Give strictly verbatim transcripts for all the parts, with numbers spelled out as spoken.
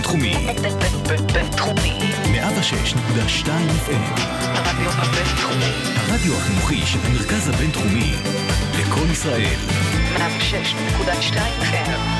בינתחומי. בינתחומי. מאה ושש נקודה שתיים אף אם. הרדיו הבינתחומי. הרדיו החינוכי של המרכז הבינתחומי. לקול ישראל. מאה ושש נקודה שתיים אף אם.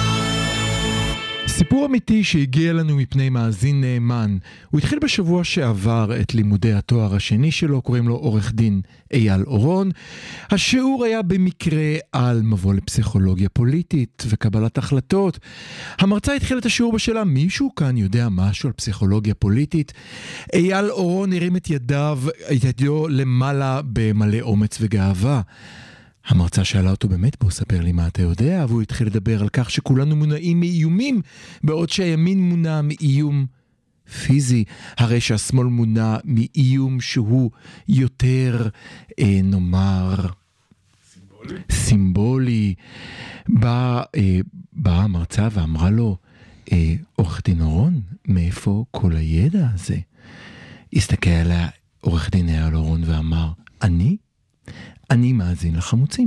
סיפור אמיתי שהגיע לנו מפני מאזין נאמן. הוא התחיל בשבוע שעבר את לימודי התואר השני שלו, קוראים לו עורך דין אייל אורון. השיעור היה במקרה על מבוא לפסיכולוגיה פוליטית וקבלת החלטות. המרצה התחיל את השיעור בשאלה, מישהו כאן יודע משהו על פסיכולוגיה פוליטית? אייל אורון הרים את ידיו, את ידיו למעלה במלא אומץ וגאווה. המרצה שאלה אותו, באמת בוא ספר לי מה אתה יודע, והוא התחיל לדבר על כך שכולנו מונעים מאיומים, בעוד שהימין מונע מאיום פיזי, הרי שהשמאל מונע מאיום שהוא יותר, אה, נאמר, סימבולי. סימבולי. באה אה, בא המרצה ואמרה לו, אה, עורך דין אורון, מאיפה כל הידע הזה? הסתכל עליה עורך דין אייל אורון ואמר, אני? אני מאזין לחמוצים.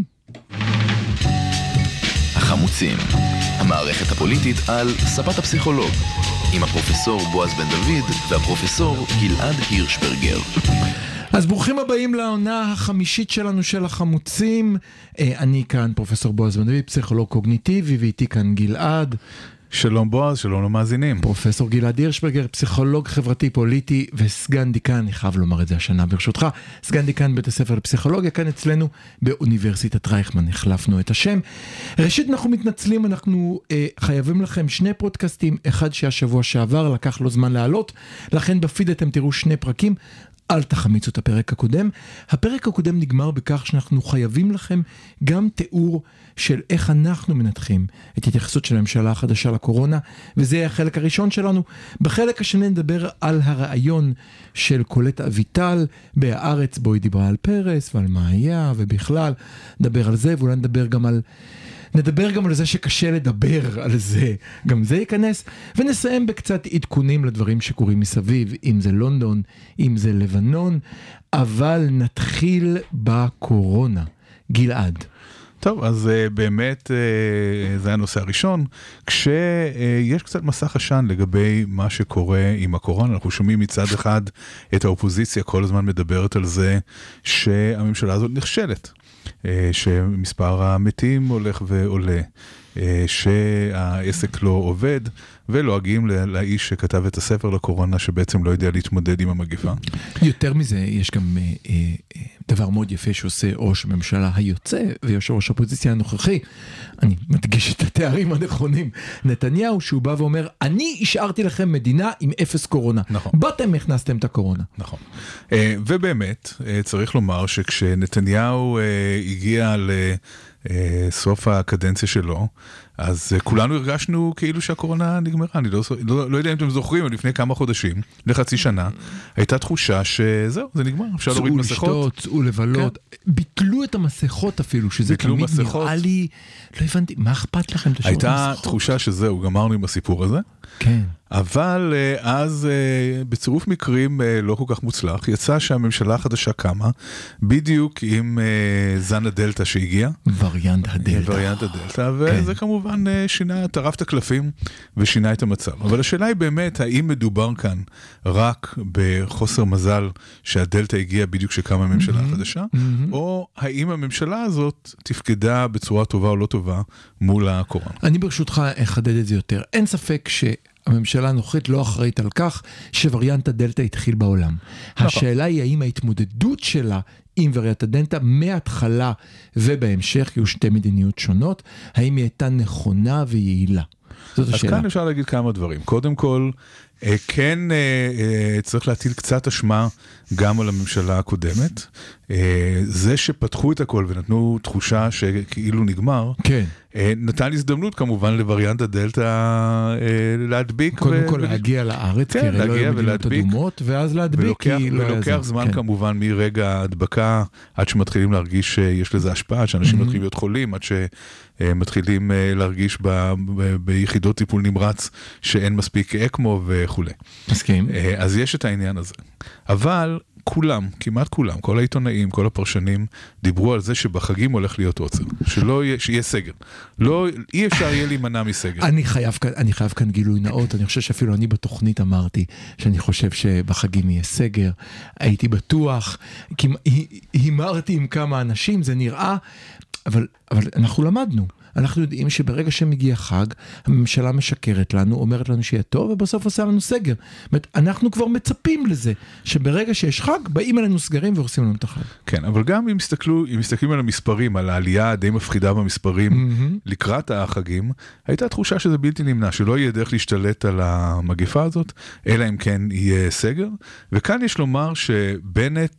החמוצים, המערכת הפוליטית על ספת הפסיכולוג, עם הפרופסור בועז בן דוד והפרופסור גלעד הירשברגר. אז ברוכים הבאים לעונה החמישית שלנו של החמוצים. אני כאן פרופסור בועז בן דוד, פסיכולוג קוגניטיבי, ואיתי כאן גלעד. שלום בועז, שלום למאזינים. פרופסור גלעד הירשברגר, פסיכולוג חברתי פוליטי וסגן דיקן, אני חייב לומר את זה השנה ברשותך, סגן דיקן בית הספר לפסיכולוגיה, כאן אצלנו באוניברסיטת רייכמן, החלפנו את השם. ראשית אנחנו מתנצלים, אנחנו אה, חייבים לכם שני פודקאסטים, אחד שהשבוע שעבר לקח לו זמן לעלות, לכן בפיד אתם תראו שני פרקים, אל תחמיצו את הפרק הקודם. הפרק הקודם נגמר בכך שאנחנו חייבים לכם גם תיאור של איך אנחנו מנתחים את התייחסות של הממשלה החדשה לקורונה, וזה החלק הראשון שלנו. בחלק השני נדבר על הרעיון של קולט אביטל בהארץ, בו היא דיברה על פרס ועל מה היה, ובכלל נדבר על זה, ואולי נדבר גם על נדבר גם על זה שקשה לדבר על זה, גם זה ייכנס, ונסיים בקצת עדכונים לדברים שקורים מסביב, אם זה לונדון, אם זה לבנון, אבל נתחיל בקורונה. גלעד. טוב, אז uh, באמת uh, זה הנושא הראשון. כשיש uh, קצת מסך עשן לגבי מה שקורה עם הקורונה, אנחנו שומעים מצד אחד את האופוזיציה כל הזמן מדברת על זה שהממשלה הזאת נכשלת. שמספר המתים הולך ועולה, שהעסק לא עובד, ולועגים לאיש שכתב את הספר לקורונה, שבעצם לא יודע להתמודד עם המגפה. יותר מזה, יש גם דבר מאוד יפה שעושה ראש הממשלה היוצא, ויושב ראש האופוזיציה הנוכחי, אני מדגיש את התארים הנכונים, נתניהו, שהוא בא ואומר, אני השארתי לכם מדינה עם אפס קורונה. נכון. באתם הכנסתם את הקורונה. נכון. ובאמת, צריך לומר שכשנתניהו הגיע לסוף הקדנציה שלו, אז כולנו הרגשנו כאילו שהקורונה נגמרה. אני לא, לא, לא יודע אם אתם זוכרים, לפני כמה חודשים, לחצי שנה, הייתה תחושה שזהו, זה נגמר. אפשר להוריד מסכות. צאו לשתות, צאו לבלות. כן. ביטלו את המסכות אפילו, שזה תמיד מסכות. נראה לי, לא הבנתי, מה אכפת לכם? הייתה תחושה שזהו, גמרנו עם הסיפור הזה. כן. אבל אז בצירוף מקרים לא כל כך מוצלח, יצא שהממשלה החדשה קמה, בדיוק עם זן הדלטה שהגיע. וריאנט הדלטה. וריאנט הדלטה, וזה כמובן שינה, טרף את הקלפים ושינה את המצב. אבל השאלה היא באמת, האם מדובר כאן רק בחוסר מזל שהדלטה הגיע בדיוק שקמה הממשלה החדשה, או האם הממשלה הזאת תפקדה בצורה טובה או לא טובה מול הקורונה? אני ברשותך אחדד את זה יותר. אין ספק ש... הממשלה הנוכחית לא אחראית על כך שווריאנט הדלטה התחיל בעולם. השאלה היא האם ההתמודדות שלה עם וריאנט הדלטה מההתחלה ובהמשך, יהיו שתי מדיניות שונות, האם היא הייתה נכונה ויעילה. זאת השאלה. אז כאן אפשר להגיד כמה דברים. קודם כל, כן צריך להטיל קצת אשמה גם על הממשלה הקודמת. זה שפתחו את הכל ונתנו תחושה שכאילו נגמר, כן. נתן הזדמנות כמובן לווריאנט הדלטה להדביק. קודם כל להגיע לארץ, כי הרי לא היו מדינות אדומות, ואז להדביק. ולוקח זמן כמובן מרגע ההדבקה, עד שמתחילים להרגיש שיש לזה השפעה, עד שאנשים מתחילים להיות חולים, עד שמתחילים להרגיש ביחידות טיפול נמרץ שאין מספיק אקמו וכו'. מסכים. אז יש את העניין הזה. אבל כולם, כמעט כולם, כל העיתונאים, כל הפרשנים, דיברו על זה שבחגים הולך להיות עוצר, שלא יהיה, שיהיה סגר. לא, אי אפשר יהיה להימנע מסגר. אני חייב כאן, אני חייב כאן גילוי נאות, אני חושב שאפילו אני בתוכנית אמרתי, שאני חושב שבחגים יהיה סגר, הייתי בטוח, כי הימרתי עם כמה אנשים, זה נראה, אבל, אבל אנחנו למדנו. אנחנו יודעים שברגע שמגיע חג, הממשלה משקרת לנו, אומרת לנו שיהיה טוב, ובסוף עושה לנו סגר. זאת אומרת, אנחנו כבר מצפים לזה, שברגע שיש חג, באים אלינו סגרים ועושים לנו את החג. כן, אבל גם אם מסתכלו, אם מסתכלים על המספרים, על העלייה די מפחידה במספרים, mm-hmm. לקראת החגים, הייתה תחושה שזה בלתי נמנע, שלא יהיה דרך להשתלט על המגפה הזאת, אלא אם כן יהיה סגר. וכאן יש לומר שבנט,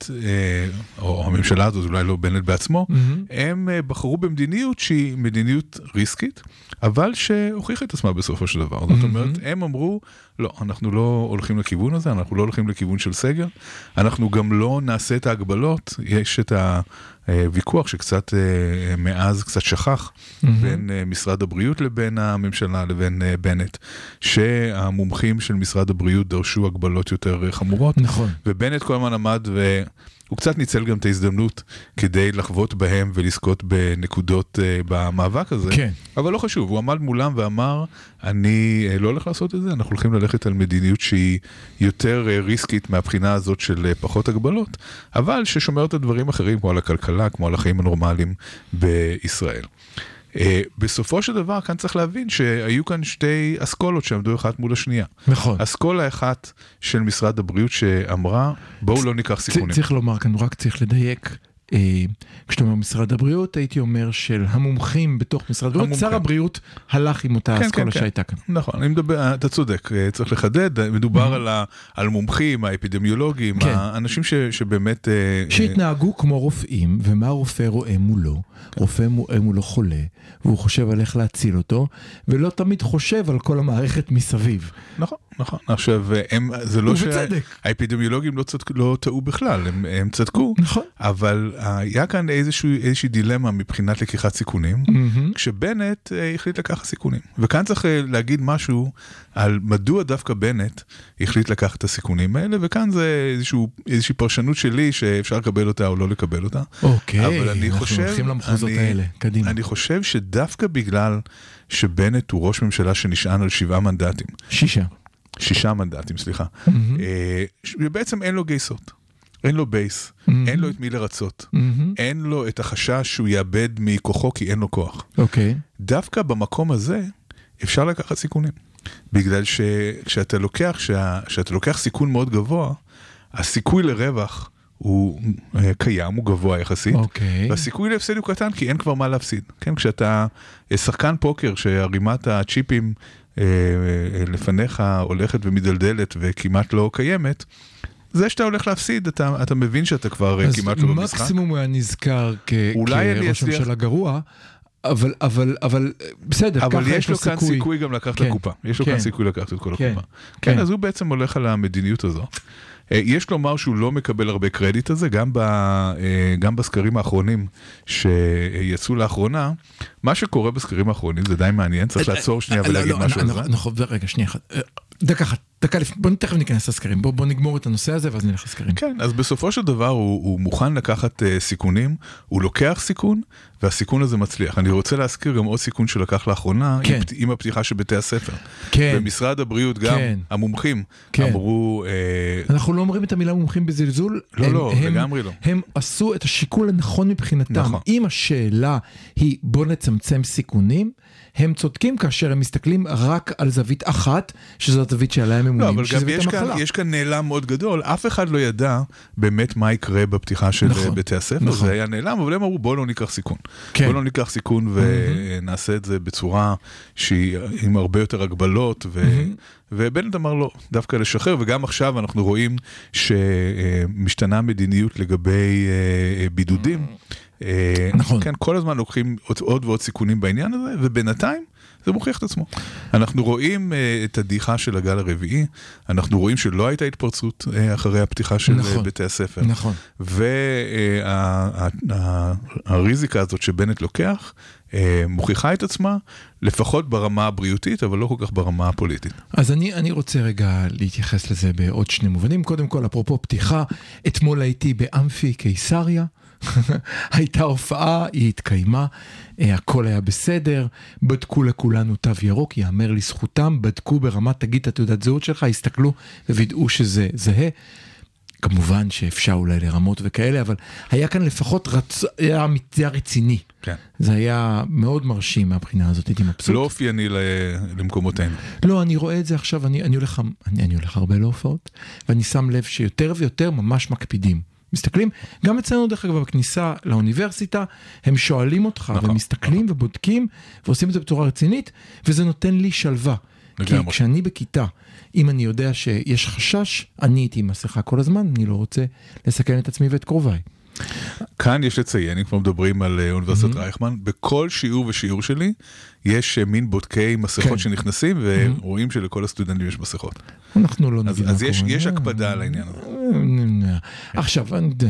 או הממשלה הזאת, אולי לא בנט בעצמו, mm-hmm. הם בחרו במדיניות שהיא מדיניות ריסקית, אבל שהוכיחה את עצמה בסופו של דבר. זאת אומרת, הם אמרו, לא, אנחנו לא הולכים לכיוון הזה, אנחנו לא הולכים לכיוון של סגר, אנחנו גם לא נעשה את ההגבלות, יש את הוויכוח שקצת מאז קצת שכח, בין משרד הבריאות לבין הממשלה, לבין בנט, שהמומחים של משרד הבריאות דרשו הגבלות יותר חמורות, נכון. ובנט כל הזמן עמד ו... הוא קצת ניצל גם את ההזדמנות כדי לחוות בהם ולזכות בנקודות uh, במאבק הזה. כן. אבל לא חשוב, הוא עמד מולם ואמר, אני uh, לא הולך לעשות את זה, אנחנו הולכים ללכת על מדיניות שהיא יותר uh, ריסקית מהבחינה הזאת של uh, פחות הגבלות, אבל ששומרת על דברים אחרים, כמו על הכלכלה, כמו על החיים הנורמליים בישראל. Uh, בסופו של דבר, כאן צריך להבין שהיו כאן שתי אסכולות שעמדו אחת מול השנייה. נכון. אסכולה אחת של משרד הבריאות שאמרה, בואו לא ניקח סיכונים. צריך לומר כאן, רק צריך לדייק, כשאתה אומר משרד הבריאות, הייתי אומר של המומחים בתוך משרד הבריאות, שר הבריאות הלך עם אותה אסכולה שהייתה כאן. נכון, אני מדבר, אתה צודק, צריך לחדד, מדובר על מומחים, האפידמיולוגים, האנשים שבאמת... שהתנהגו כמו רופאים, ומה הרופא רואה מולו, רופא מולו חולה, והוא חושב על איך להציל אותו, ולא תמיד חושב על כל המערכת מסביב. נכון, נכון. עכשיו, זה לא שהאפידמיולוגים לא טעו בכלל, הם צדקו, אבל היה כאן איזושהי דילמה מבחינת לקיחת סיכונים, כשבנט החליט לקחת סיכונים. וכאן צריך להגיד משהו על מדוע דווקא בנט החליט לקחת את הסיכונים האלה, וכאן זה איזושהי פרשנות שלי שאפשר לקבל אותה או לא לקבל אותה. אוקיי, אנחנו הולכים למחוזות האלה, קדימה. אני חושב שדווקא בגלל שבנט הוא ראש ממשלה שנשען על שבעה מנדטים. שישה. שישה מנדטים, סליחה. ובעצם אין לו גייסות. אין לו בייס, mm-hmm. אין לו את מי לרצות, mm-hmm. אין לו את החשש שהוא יאבד מכוחו כי אין לו כוח. אוקיי. Okay. דווקא במקום הזה אפשר לקחת סיכונים. בגלל שכשאתה לוקח, כשאתה לוקח סיכון מאוד גבוה, הסיכוי לרווח הוא קיים, הוא גבוה יחסית, okay. והסיכוי להפסד הוא קטן כי אין כבר מה להפסיד. כן, כשאתה שחקן פוקר שהרימת הצ'יפים לפניך הולכת ומדלדלת וכמעט לא קיימת, זה שאתה הולך להפסיד, אתה, אתה מבין שאתה כבר כמעט לא במשחק. אז מקסימום הוא היה נזכר כראש ממשלה גרוע, אבל, אבל, אבל בסדר, ככה יש לו סיכוי. אבל יש לו כאן סיכוי גם לקחת את הקופה. יש לו כאן סיכוי לקחת את כל הקופה. כן, אז הוא בעצם הולך על המדיניות הזו. יש לומר שהוא לא מקבל הרבה קרדיט הזה, גם, ב, גם בסקרים האחרונים שיצאו לאחרונה, מה שקורה בסקרים האחרונים זה די מעניין, צריך לעצור שנייה ולהגיד משהו על זה. נכון, רגע, שנייה אחת. דקה אחת, דקה לפני, בוא תכף ניכנס לסקרים, בוא, בוא נגמור את הנושא הזה ואז נלך לסקרים. כן, אז בסופו של דבר הוא, הוא מוכן לקחת uh, סיכונים, הוא לוקח סיכון, והסיכון הזה מצליח. אני רוצה להזכיר גם עוד סיכון שלקח לאחרונה, כן. עם, עם הפתיחה של בתי הספר. כן. במשרד הבריאות גם, כן. המומחים כן. אמרו... Uh, אנחנו לא אומרים את המילה מומחים בזלזול. לא, הם, לא, הם, לגמרי לא. הם עשו את השיקול הנכון מבחינתם. נכון. אם השאלה היא בוא נצמצם סיכונים, הם צודקים כאשר הם מסתכלים רק על זווית אחת, שזו הזווית שעליה הם ממונים, לא, אבל גם יש כאן, יש כאן נעלם מאוד גדול, אף אחד לא ידע באמת מה יקרה בפתיחה של נכון, בתי הספר, נכון. זה היה נעלם, אבל הם אמרו בואו לא ניקח סיכון. כן. בואו לא ניקח סיכון ונעשה את זה בצורה שהיא עם הרבה יותר הגבלות, ו... ובנט אמר לא, דווקא לשחרר, וגם עכשיו אנחנו רואים שמשתנה מדיניות לגבי בידודים, נכון. כן, כל הזמן לוקחים עוד ועוד סיכונים בעניין הזה, ובינתיים זה מוכיח את עצמו. אנחנו רואים את הדעיכה של הגל הרביעי, אנחנו רואים שלא הייתה התפרצות אחרי הפתיחה של נכון, בתי הספר. נכון. והריזיקה הזאת שבנט לוקח, מוכיחה את עצמה, לפחות ברמה הבריאותית, אבל לא כל כך ברמה הפוליטית. אז אני, אני רוצה רגע להתייחס לזה בעוד שני מובנים. קודם כל, אפרופו פתיחה, אתמול הייתי באמפי קיסריה, הייתה הופעה, היא התקיימה, הכל היה בסדר, בדקו לכולנו תו ירוק, יאמר לזכותם, בדקו ברמת, תגיד את התעודת זהות שלך, הסתכלו ווידאו שזה זהה. כמובן שאפשר אולי לרמות וכאלה, אבל היה כאן לפחות רצ... היה היה רציני. כן. זה היה מאוד מרשים מהבחינה הזאת, הייתי מבסוט. לא אופייני למקומותינו. לא, אני רואה את זה עכשיו, אני, אני, הולך, אני, אני הולך הרבה להופעות, ואני שם לב שיותר ויותר ממש מקפידים. מסתכלים, גם אצלנו דרך אגב בכניסה לאוניברסיטה, הם שואלים אותך, נכון, ומסתכלים נכון. ובודקים, ועושים את זה בצורה רצינית, וזה נותן לי שלווה. כי כשאני בכיתה, אם אני יודע שיש חשש, אני הייתי עם מסכה כל הזמן, אני לא רוצה לסכן את עצמי ואת קרוביי. כאן יש לציין, אם כבר מדברים על אוניברסיטת רייכמן, בכל שיעור ושיעור שלי, יש מין בודקי מסכות שנכנסים, ורואים שלכל הסטודנטים יש מסכות. אנחנו לא נגיד. אז יש הקפדה על העניין הזה. עכשיו,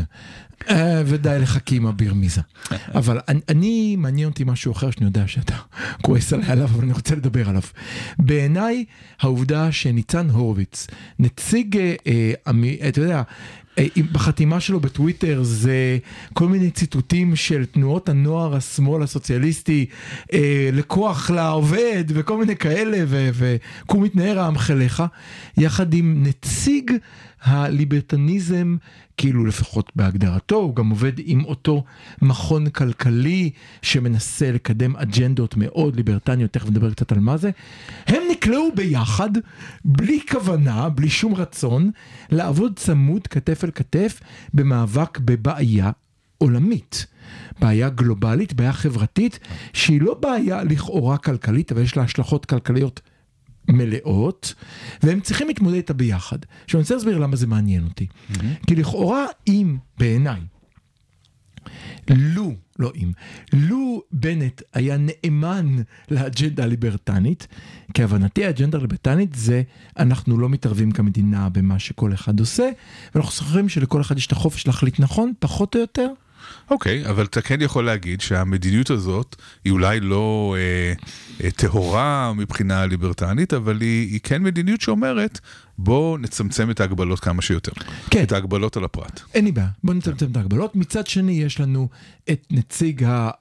ודי לחכים אביר מיזה. אבל אני, מעניין אותי משהו אחר שאני יודע שאתה כועס עליי עליו, אבל אני רוצה לדבר עליו. בעיניי, העובדה שניצן הורוביץ, נציג, אתה יודע, בחתימה שלו בטוויטר זה כל מיני ציטוטים של תנועות הנוער השמאל הסוציאליסטי, לכוח לעובד וכל מיני כאלה, וכו מתנער העמך יחד עם נציג הליברטניזם, כאילו לפחות בהגדרתו, הוא גם עובד עם אותו מכון כלכלי שמנסה לקדם אג'נדות מאוד ליברטניות, תכף נדבר קצת על מה זה. הם נקלעו ביחד, בלי כוונה, בלי שום רצון, לעבוד צמוד כתף אל כתף במאבק בבעיה עולמית. בעיה גלובלית, בעיה חברתית, שהיא לא בעיה לכאורה כלכלית, אבל יש לה השלכות כלכליות מלאות, והם צריכים להתמודד איתה ביחד. עכשיו אני רוצה להסביר למה זה מעניין אותי. Mm-hmm. כי לכאורה אם בעיניי, לו, לא אם, לו בנט היה נאמן לאג'נדה הליברטנית, כי הבנתי האג'נדה הליברטנית זה אנחנו לא מתערבים כמדינה במה שכל אחד עושה, ואנחנו זוכרים שלכל אחד יש את החופש להחליט נכון, פחות או יותר. אוקיי, okay, אבל אתה כן יכול להגיד שהמדיניות הזאת היא אולי לא אה, אה, טהורה מבחינה ליברטנית, אבל היא, היא כן מדיניות שאומרת, בוא נצמצם את ההגבלות כמה שיותר. כן. את ההגבלות על הפרט. אין לי בעיה, בוא נצמצם את ההגבלות. מצד שני יש לנו את נציג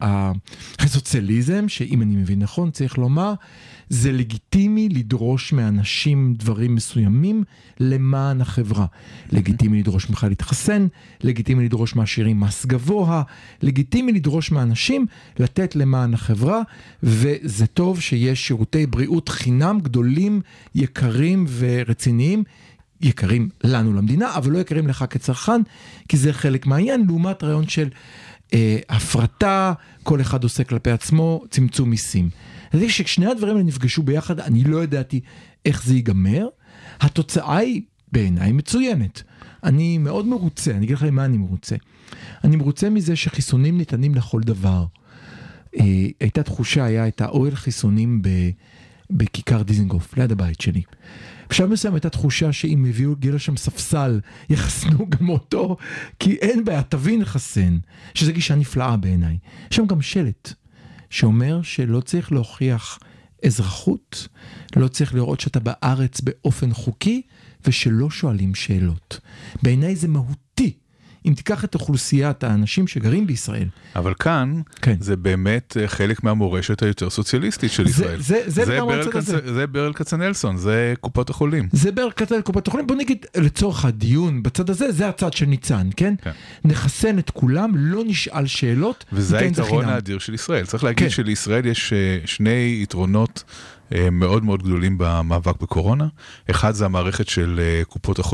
הסוציאליזם, שאם אני מבין נכון צריך לומר, זה לגיטימי לדרוש מאנשים דברים מסוימים למען החברה. לגיטימי לדרוש ממך להתחסן, לגיטימי לדרוש מהשירים מס גבוה, לגיטימי לדרוש מאנשים לתת למען החברה, וזה טוב שיש שירותי בריאות חינם גדולים, יקרים ורציניים, יקרים לנו למדינה, אבל לא יקרים לך כצרכן, כי זה חלק מהעניין, לעומת רעיון של אה, הפרטה, כל אחד עושה כלפי עצמו, צמצום מיסים. אז שכשני הדברים האלה נפגשו ביחד, אני לא ידעתי איך זה ייגמר. התוצאה היא בעיניי מצוינת. אני מאוד מרוצה, אני אגיד לך מה אני מרוצה. אני מרוצה מזה שחיסונים ניתנים לכל דבר. הייתה תחושה, היה את האוהל חיסונים בכיכר דיזנגוף, ליד הבית שלי. בשלב מסוים הייתה תחושה שאם הביאו גילה שם ספסל, יחסנו גם אותו, כי אין בעיה, תבין לחסן, שזו גישה נפלאה בעיניי. יש שם גם שלט. שאומר שלא צריך להוכיח אזרחות, לא צריך לראות שאתה בארץ באופן חוקי, ושלא שואלים שאלות. בעיניי זה מהותי, אם תיקח את אוכלוסיית האנשים שגרים בישראל. אבל כאן, כן. זה באמת חלק מהמורשת היותר סוציאליסטית של ישראל. זה, זה, זה, זה, כצ... זה ברל כצנלסון, זה קופות החולים. זה ברל כצנלסון, קופות החולים. בוא נגיד, לצורך הדיון, בצד הזה, זה הצד של ניצן, כן? כן. נחסן את כולם, לא נשאל שאלות. וזה היתרון האדיר של ישראל. צריך להגיד כן. שלישראל יש שני יתרונות מאוד מאוד גדולים במאבק בקורונה. אחד זה המערכת של קופות החולים.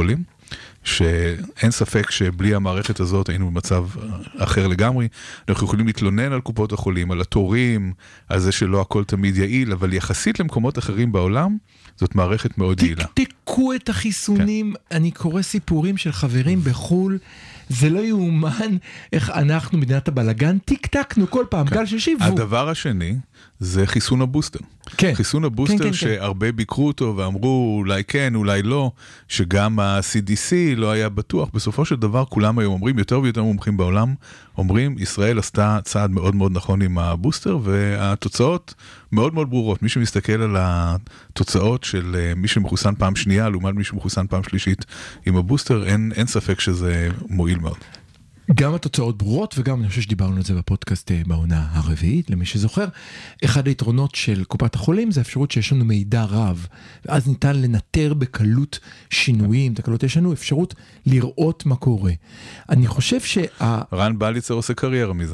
שאין ספק שבלי המערכת הזאת היינו במצב אחר לגמרי. אנחנו יכולים להתלונן על קופות החולים, על התורים, על זה שלא הכל תמיד יעיל, אבל יחסית למקומות אחרים בעולם, זאת מערכת מאוד יעילה. תקתקו את החיסונים, כן. אני קורא סיפורים של חברים בחול, זה לא יאומן איך אנחנו, מדינת הבלגן, תקתקנו כל פעם, כן. גל ששיבו. הדבר השני, זה חיסון הבוסטר. כן. חיסון הבוסטר כן, כן, שהרבה כן. ביקרו אותו ואמרו אולי כן, אולי לא, שגם ה-סי די סי לא היה בטוח. בסופו של דבר כולם היום אומרים, יותר ויותר מומחים בעולם, אומרים, ישראל עשתה צעד מאוד מאוד נכון עם הבוסטר, והתוצאות מאוד מאוד ברורות. מי שמסתכל על התוצאות של מי שמחוסן פעם שנייה, לעומת מי שמחוסן פעם שלישית עם הבוסטר, אין, אין ספק שזה מועיל מאוד. גם התוצאות ברורות, וגם אני חושב שדיברנו על זה בפודקאסט בעונה הרביעית, למי שזוכר. אחד היתרונות של קופת החולים זה האפשרות שיש לנו מידע רב, ואז ניתן לנטר בקלות שינויים, תקלות, יש לנו אפשרות לראות מה קורה. אני חושב שה... רן בליצר עושה קריירה מזה.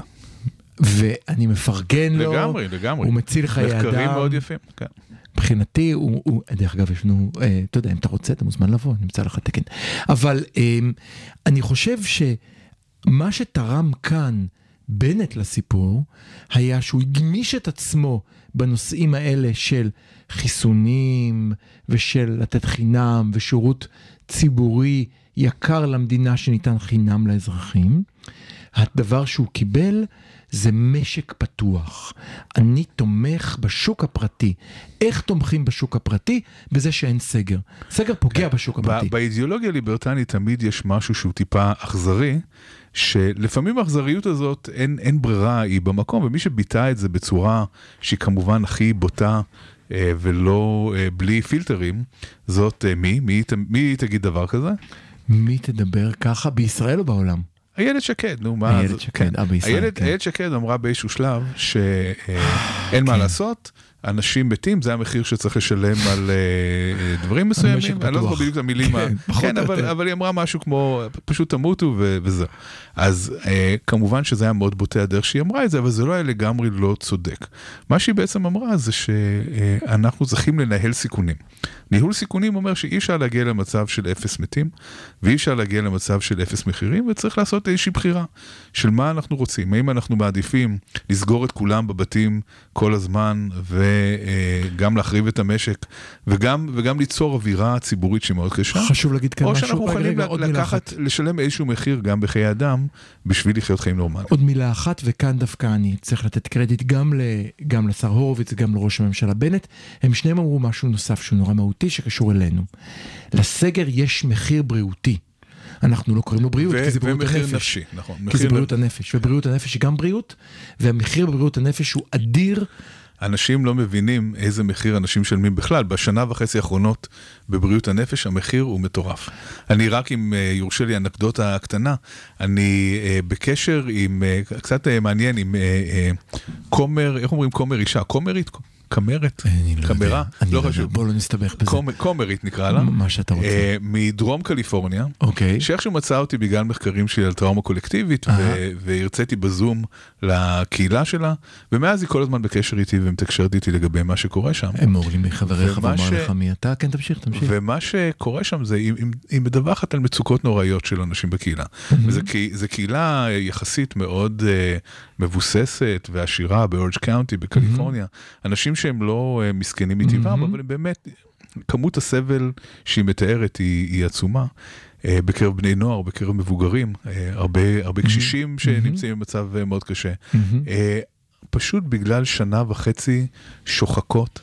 ואני מפרגן לו. לגמרי, לגמרי. הוא מציל חיי אדם. מחקרים מאוד יפים, כן. מבחינתי, הוא, הוא, דרך אגב, יש לנו, אה, אתה יודע, אם אתה רוצה, אתה מוזמן לבוא, נמצא לך תקן. אבל אה, אני חושב ש... מה שתרם כאן בנט לסיפור, היה שהוא הגמיש את עצמו בנושאים האלה של חיסונים, ושל לתת חינם, ושירות ציבורי יקר למדינה שניתן חינם לאזרחים. הדבר שהוא קיבל זה משק פתוח. אני תומך בשוק הפרטי. איך תומכים בשוק הפרטי? בזה שאין סגר. סגר פוגע בשוק הפרטי. באידיאולוגיה ליברטנית תמיד יש משהו שהוא טיפה אכזרי, שלפעמים האכזריות הזאת אין, אין ברירה, היא במקום, ומי שביטא את זה בצורה שהיא כמובן הכי בוטה, ולא בלי פילטרים, זאת מי? מי, מי תגיד דבר כזה? מי תדבר ככה? בישראל או בעולם? איילת שקד, נו מה? איילת שקד, אה בישראל. איילת שקד אמרה באיזשהו שלב שאין מה לעשות, אנשים מתים, זה המחיר שצריך לשלם על דברים מסוימים, אני לא זוכר בדיוק את המילים, כן, אבל היא אמרה משהו כמו, פשוט תמותו וזה. אז כמובן שזה היה מאוד בוטה הדרך שהיא אמרה את זה, אבל זה לא היה לגמרי לא צודק. מה שהיא בעצם אמרה זה שאנחנו צריכים לנהל סיכונים. ניהול סיכונים אומר שאי אפשר להגיע למצב של אפס מתים, ואי אפשר להגיע למצב של אפס מחירים, וצריך לעשות איזושהי בחירה של מה אנחנו רוצים. האם אנחנו מעדיפים לסגור את כולם בבתים כל הזמן, וגם להחריב את המשק, וגם, וגם ליצור אווירה ציבורית שהיא מאוד קשה. חשוב להגיד כאן משהו. או שאנחנו מוכנים לקחת, לשלם איזשהו מחיר גם בחיי אדם, בשביל לחיות חיים נורמליים. עוד מילה אחת, וכאן דווקא אני צריך לתת קרדיט גם, ל, גם לשר הורוביץ, גם לראש הממשלה בנט. הם שניהם אמרו משהו נוסף שהוא נורא מהותי, שקשור אלינו. לסגר יש מחיר בריאותי. אנחנו לא קוראים לו בריאות, ו- כי זה בריאות ומחיר הנפש. נפשי, נכון. כי זה בריאות הנפש, ובריאות הנפש היא גם בריאות, והמחיר בבריאות הנפש הוא אדיר. אנשים לא מבינים איזה מחיר אנשים שלמים בכלל. בשנה וחצי האחרונות בבריאות הנפש, המחיר הוא מטורף. אני רק אם יורשה לי אנקדוטה הקטנה, אני בקשר עם, קצת מעניין, עם קומר, איך אומרים קומר אישה? קומרית? קמרת? קמרה? לא חשוב. בוא לא נסתבך בזה. קומרית נקרא לה. מה שאתה רוצה. מדרום קליפורניה. אוקיי. שאיכשהו מצא אותי בגלל מחקרים שלי על טראומה קולקטיבית, והרציתי בזום לקהילה שלה, ומאז היא כל הזמן בקשר איתי ומתקשרת איתי לגבי מה שקורה שם. הם אומרים לי חבריך ואומר לך מי אתה? כן, תמשיך, תמשיך. ומה שקורה שם זה, היא מדווחת על מצוקות נוראיות של אנשים בקהילה. וזו קהילה יחסית מאוד מבוססת ועשירה באורג' קאונטי בקליפורניה. אנשים שהם לא מסכנים מטבעם, אבל באמת, כמות הסבל שהיא מתארת היא, היא עצומה, בקרב בני נוער, בקרב מבוגרים, הרבה, הרבה קשישים שנמצאים במצב מאוד קשה. פשוט בגלל שנה וחצי שוחקות,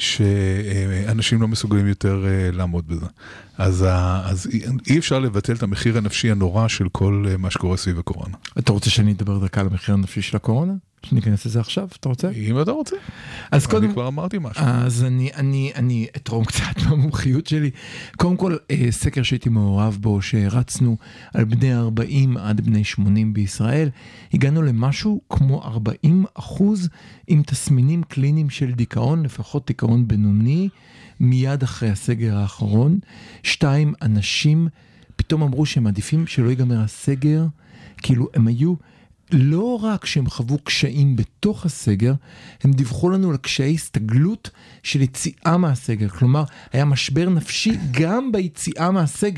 שאנשים לא מסוגלים יותר לעמוד בזה. אז, אז אי אפשר לבטל את המחיר הנפשי הנורא של כל מה שקורה סביב הקורונה. אתה רוצה שאני אדבר דקה על המחיר הנפשי של הקורונה? שניכנס לזה עכשיו, אתה רוצה? אם אתה רוצה. אז קודם, אני כבר אמרתי משהו. אז אני, אני, אני אתרום קצת מהמומחיות שלי. קודם כל, סקר שהייתי מעורב בו, שרצנו על בני ארבעים עד בני שמונים בישראל, הגענו למשהו כמו ארבעים אחוז עם תסמינים קליניים של דיכאון, לפחות דיכאון בינוני, מיד אחרי הסגר האחרון. שתיים, אנשים פתאום אמרו שהם עדיפים שלא ייגמר הסגר, כאילו הם היו... לא רק שהם חוו קשיים בתוך הסגר, הם דיווחו לנו על קשיי הסתגלות של יציאה מהסגר. כלומר, היה משבר נפשי גם ביציאה מהסגר. כן.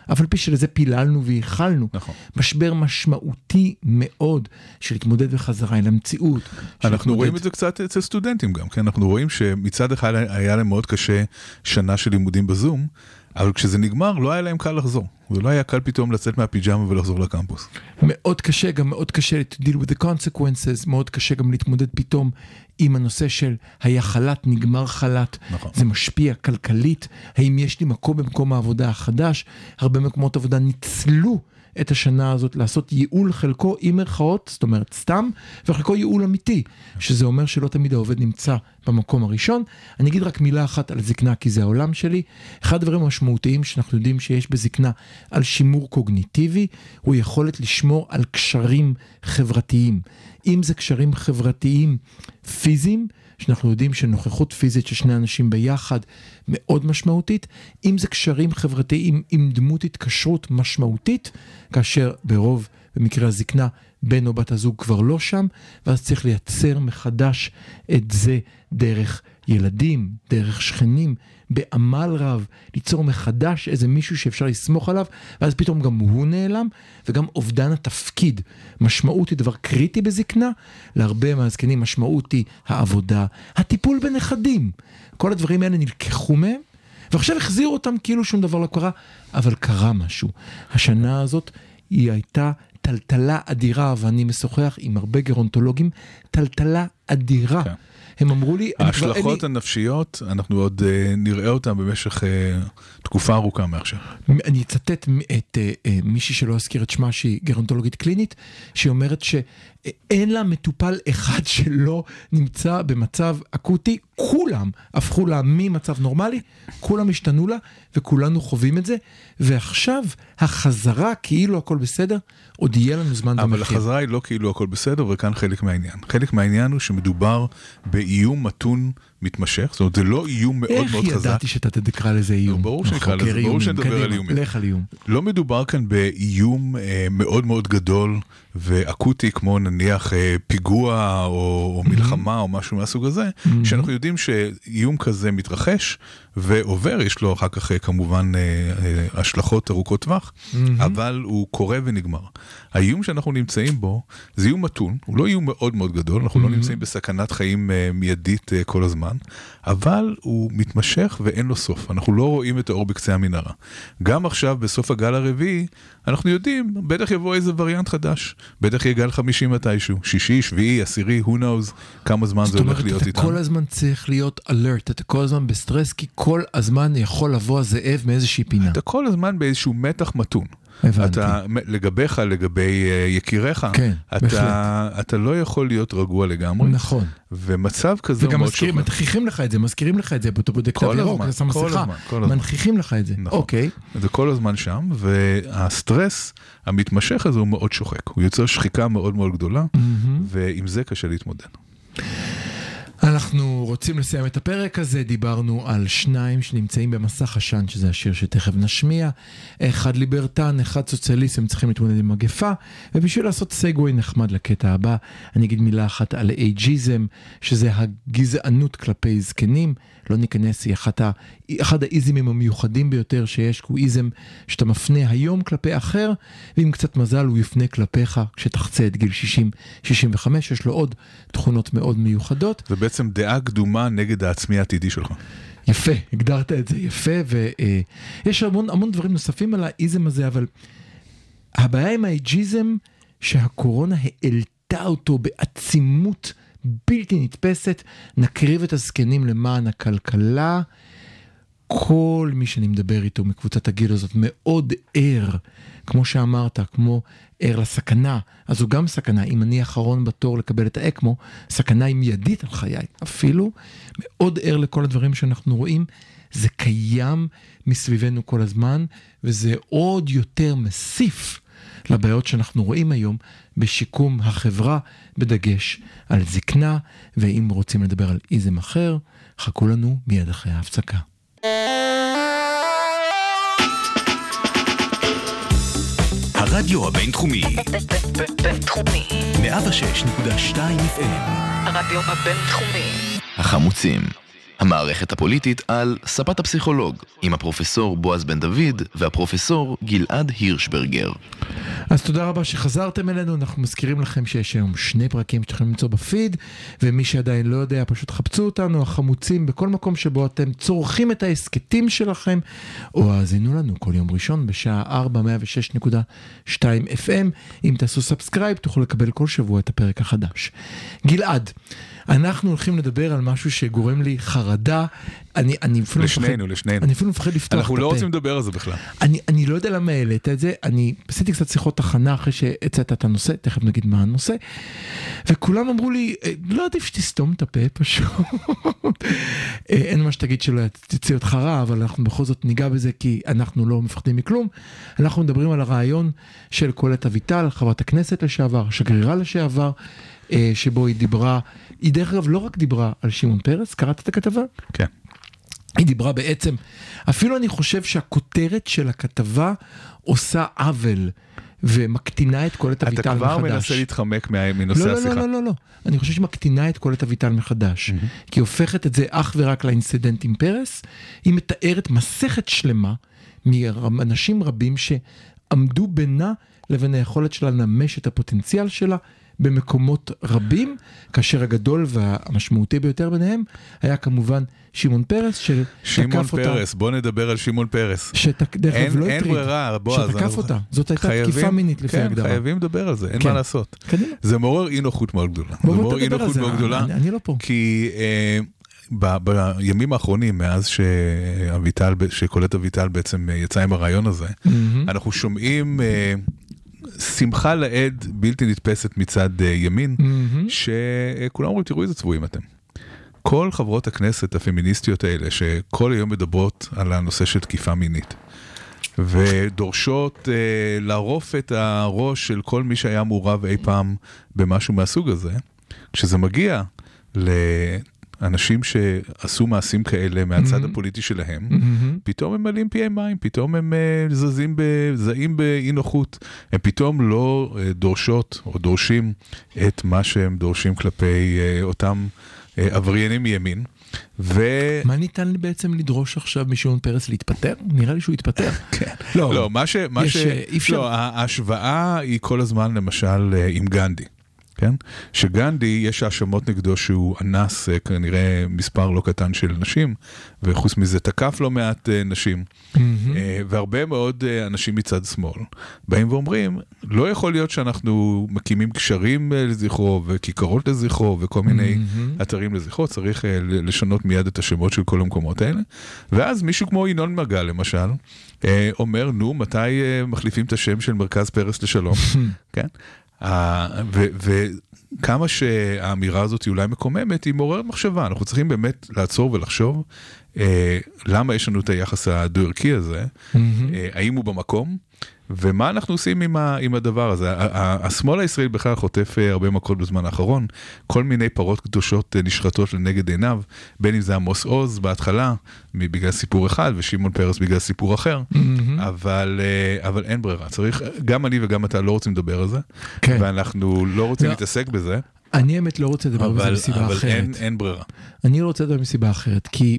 אבל פי שלזה פיללנו והיכלנו. נכון. משבר משמעותי מאוד של להתמודד בחזרה אל המציאות. אנחנו להתמודד... רואים את זה קצת אצל סטודנטים גם, כן? אנחנו רואים שמצד אחד היה להם מאוד קשה שנה של לימודים בזום, אבל כשזה נגמר לא היה להם קל לחזור. ולא היה קל פתאום לצאת מהפיג'מה ולחזור לקמפוס. מאוד קשה, גם מאוד קשה to deal with the consequences, מאוד קשה גם להתמודד פתאום עם הנושא של היה חלט, נגמר חלט, נכון. זה משפיע כלכלית, האם יש לי מקום במקום העבודה החדש, הרבה מקומות עבודה ניצלו את השנה הזאת לעשות ייעול חלקו עם מרכאות, זאת אומרת סתם, וחלקו ייעול אמיתי, שזה אומר שלא תמיד העובד נמצא במקום הראשון. אני אגיד רק מילה אחת על זקנה, כי זה העולם שלי. אחד הדברים המשמעותיים שאנחנו יודעים שיש בזקנה על שימור קוגניטיבי, הוא יכולת לשמור על קשרים חברתיים. אם זה קשרים חברתיים פיזיים, שאנחנו יודעים שנוכחות פיזית של שני אנשים ביחד מאוד משמעותית, אם זה קשרים חברתיים עם דמות התקשרות משמעותית, כאשר ברוב במקרה הזקנה בן או בת הזוג כבר לא שם, ואז צריך לייצר מחדש את זה דרך ילדים, דרך שכנים, בעמל רב, ליצור מחדש איזה מישהו שאפשר לסמוך עליו, ואז פתאום גם הוא נעלם, וגם אובדן התפקיד. משמעות היא דבר קריטי בזקנה, להרבה מהזקנים משמעות היא העבודה, הטיפול בנכדים. כל הדברים האלה נלקחו מהם, ועכשיו החזירו אותם כאילו שום דבר לא קרה, אבל קרה משהו. השנה הזאת היא הייתה טלטלה אדירה, ואני משוחח עם הרבה גרונטולוגים, טלטלה אדירה. כן. הם אמרו לי... ההשלכות הנפשיות, אנחנו עוד נראה אותם במשך תקופה ארוכה מעכשיו. אני אצטט את מישהי שלא אזכיר את שמה, שהיא גרונטולוגית קלינית, שהיא אומרת שאין לה מטופל אחד שלא נמצא במצב אקוטי, כולם הפכו לה ממצב נורמלי, כולם השתנו לה, וכולנו חווים את זה, ועכשיו החזרה כאילו הכל בסדר, עוד יהיה לנו זמן במחיר. אבל החזרה היא לא כאילו הכל בסדר, וכאן חלק מהעניין. חלק מהעניין הוא שמדובר באיום מתון מתמשך, זאת אומרת, זה לא איום מאוד מאוד חזק. איך ידעתי שאתה תקרא לזה איום? ברור שנקרא לזה, ברור שנדבר על איומים. לך על איום. לא מדובר כאן באיום מאוד מאוד גדול ואקוטי, כמו נניח פיגוע או מלחמה או משהו מהסוג הזה, שאנחנו יודעים שאיום כזה מתרחש ועובר, יש לו אחר כך כמובן השלכות ארוכות טווח, אבל הוא קורה ונגמר. האיום שאנחנו נמצאים בו, זה איום מתון, הוא לא איום מאוד מאוד גדול, אנחנו לא נמצאים בסכנת חיים מיידית כל הזמן, אבל הוא מתמשך ואין לו סוף. אנחנו לא רואים את האור בקצה המנהרה. גם עכשיו, בסוף הגל הרביעי, אנחנו יודעים, בטח יבוא איזה וריאנט חדש, בטח יהיה גל חמישי מתישהו, שישי, שביעי, עשירי, who knows, כמה זמן זה הולך להיות איתם. זאת אומרת, אתה כל הזמן צריך להיות alert, אתה כל הזמן בסטרס, כי כל הזמן יכול לבוא הזאב מאיזושהי פינה. אתה כל הזמן באיזשהו מתח מתון. הבנתי. אתה, לגביך, לגבי יקיריך, כן, אתה, אתה לא יכול להיות רגוע לגמרי. נכון. ומצב כזה הוא מאוד שוכר. וגם מנכיחים לך את זה, מזכירים לך את זה, אתה בודק את הירוק, אתה שם מסכה, מנכיחים לך את זה. נכון. אוקיי. זה כל הזמן שם, והסטרס המתמשך הזה הוא מאוד שוחק. הוא יוצר שחיקה מאוד מאוד גדולה, ועם זה קשה להתמודד. אנחנו רוצים לסיים את הפרק הזה, דיברנו על שניים שנמצאים במסך עשן, שזה השיר שתכף נשמיע, אחד ליברטן, אחד סוציאליסט, הם צריכים להתמודד עם מגפה, ובשביל לעשות סגווי נחמד לקטע הבא, אני אגיד מילה אחת על אייג'יזם, שזה הגזענות כלפי זקנים, לא ניכנס, היא אחת ה... אחד האיזמים המיוחדים ביותר שיש, הוא איזם שאתה מפנה היום כלפי אחר, ועם קצת מזל הוא יפנה כלפיך כשתחצה את גיל שישים שישים וחמש, יש לו עוד תכונות מאוד מיוחדות. זה בעצם דעה קדומה נגד העצמי העתידי שלך. יפה, הגדרת את זה יפה, ויש המון, המון דברים נוספים על האיזם הזה, אבל הבעיה עם האייג'יזם שהקורונה העלתה אותו בעצימות בלתי נתפסת, נקריב את הזקנים למען הכלכלה. כל מי שאני מדבר איתו מקבוצת הגיל הזאת מאוד ער, כמו שאמרת, כמו ער לסכנה, אז הוא גם סכנה, אם אני האחרון בתור לקבל את האקמו, סכנה היא מיידית על חיי, אפילו מאוד ער לכל הדברים שאנחנו רואים, זה קיים מסביבנו כל הזמן, וזה עוד יותר מסיף לבעיות שאנחנו רואים היום בשיקום החברה, בדגש על זקנה, ואם רוצים לדבר על איזם אחר, חכו לנו מיד אחרי ההפסקה. הרדיו הבינתחומי בינתחומי מאה ושש נקודה שתיים אף אם הרדיו הבינתחומי החמוצים, המערכת הפוליטית על ספת הפסיכולוג, עם הפרופסור בועז בן דוד והפרופסור גלעד הירשברגר. אז תודה רבה שחזרתם אלינו, אנחנו מזכירים לכם שיש היום שני פרקים שאתם יכולים למצוא בפיד, ומי שעדיין לא יודע, פשוט חפצו אותנו, החמוצים, בכל מקום שבו אתם צורכים את העסקטים שלכם, או האזינו לנו כל יום ראשון בשעה ארבע, מאה ושש נקודה שתיים אף אם. אם תעשו סאבסקרייב, תוכלו לקבל כל שבוע את הפרק החדש. גלעד, אנחנו הולכים לדבר על משהו שגורם לי חרדה. אני, אני אפילו לשנינו, מפחד, לשנינו. אני אפילו מפחד לפתוח את הפה. אנחנו לא רוצים לדבר על זה בכלל. אני, אני לא יודע למה העלית את זה, אני עשיתי קצת שיחות תחנה אחרי שהצעת את הנושא, תכף נגיד מה הנושא, וכולם אמרו לי, לא עדיף שתסתום את הפה פשוט. אין מה שתגיד שלא תצא אותך רע, אבל אנחנו בכל זאת ניגע בזה, כי אנחנו לא מפחדים מכלום. אנחנו מדברים על הרעיון של קולט אביטל, חברת הכנסת לשעבר, שגרירה לשעבר, שבו היא דיברה, היא דרך אגב לא רק דיברה על שמעון פרס, קראת את הכתבה? כן. היא דיברה בעצם, אפילו אני חושב שהכותרת של הכתבה עושה עוול, ומקטינה את קולט אביטל מחדש. אתה כבר מנסה להתחמק מנושא לא, השיחה. לא, לא, לא, לא. אני חושב שמקטינה את קולט אביטל מחדש, כי היא הופכת את זה אך ורק לאינסידנט עם פרס, היא מתארת מסכת שלמה, מאנשים רבים שעמדו בינה לבין היכולת שלה לממש את הפוטנציאל שלה, במקומות רבים, כאשר הגדול והמשמעותי ביותר ביניהם, היה כמובן שמעון פרס, שתקף שמעון אותה. פרס, בוא נדבר על שמעון פרס. שתקף, אין, לא אין הטריד, ברירה, בועז. שתקף אותה. זאת הייתה חייבים, תקיפה מינית לפי כן, הגדרה. חייבים לדבר על זה, אין כן. מה לעשות. קדימה. זה מעורר אי נוחות מאוד גדולה. בוא, זה בוא מעורר אי תדבר על נוחות זה, מאוד גדולה. אני, אני לא פה. כי אה, ב, בימים האחרונים, מאז שאביטל, שקולט אביטל בעצם יצא עם הרעיון הזה, mm-hmm. אנחנו שומעים... אה, שמחה לעד בלתי נתפסת מצד ימין, mm-hmm. שכולם אומרים, תראו איזה צבועים אתם. כל חברות הכנסת הפמיניסטיות האלה, שכל היום מדברות על הנושא של תקיפה מינית, ודורשות אה, לערוף את הראש של כל מי שהיה מעורב אי פעם במשהו מהסוג הזה, כשזה מגיע לאנשים שעשו מעשים כאלה מהצד mm-hmm. הפוליטי שלהם, mm-hmm. פתאום הם מלאים פי מים, פתאום הם uh, זזים בזעים באי נוחות, הם פתאום לא uh, דורשות או דורשים את מה שהם דורשים כלפי uh, אותם uh, עבריינים מימין. ו... מה ניתן לי בעצם לדרוש עכשיו משמעון פרס להתפטר? נראה לי שהוא יתפטר. כן. לא, לא, מה ש... מה ש... לא, ההשוואה היא כל הזמן למשל עם גנדי. כן? שגנדי יש האשמות נגדו שהוא אנס כנראה מספר לא קטן של נשים, וחוץ מזה תקף לא מעט נשים, mm-hmm. והרבה מאוד אנשים מצד שמאל באים ואומרים, לא יכול להיות שאנחנו מקימים קשרים לזכרו וכיכרות לזכרו וכל מיני mm-hmm. אתרים לזכרו, צריך לשנות מיד את השמות של כל המקומות האלה, ואז מישהו כמו ינון מגל למשל, אומר, נו, מתי מחליפים את השם של מרכז פרס לשלום? כן? וכמה שהאמירה הזאת היא אולי מקוממת, היא מעוררת מחשבה. אנחנו צריכים באמת לעצור ולחשוב למה יש לנו את היחס הדו-ערכי הזה, האם הוא במקום, ומה אנחנו עושים עם, ה, עם הדבר הזה. השמאל הישראלי בכלל חוטף הרבה מכות בזמן האחרון, כל מיני פרות קדושות נשחטות לנגד עיניו, בין אם זה עמוס עוז בהתחלה, בגלל סיפור אחד, ושמעון פרס בגלל סיפור אחר, אבל, אבל אין ברירה. צריך, גם אני וגם אתה לא רוצים לדבר על זה, כן. ואנחנו לא רוצים לא. להתעסק בזה. אני האמת לא רוצה לדבר אבל, בזה מסיבה אבל אחרת. אין, אין ברירה. אני לא רוצה לדבר מסיבה אחרת, כי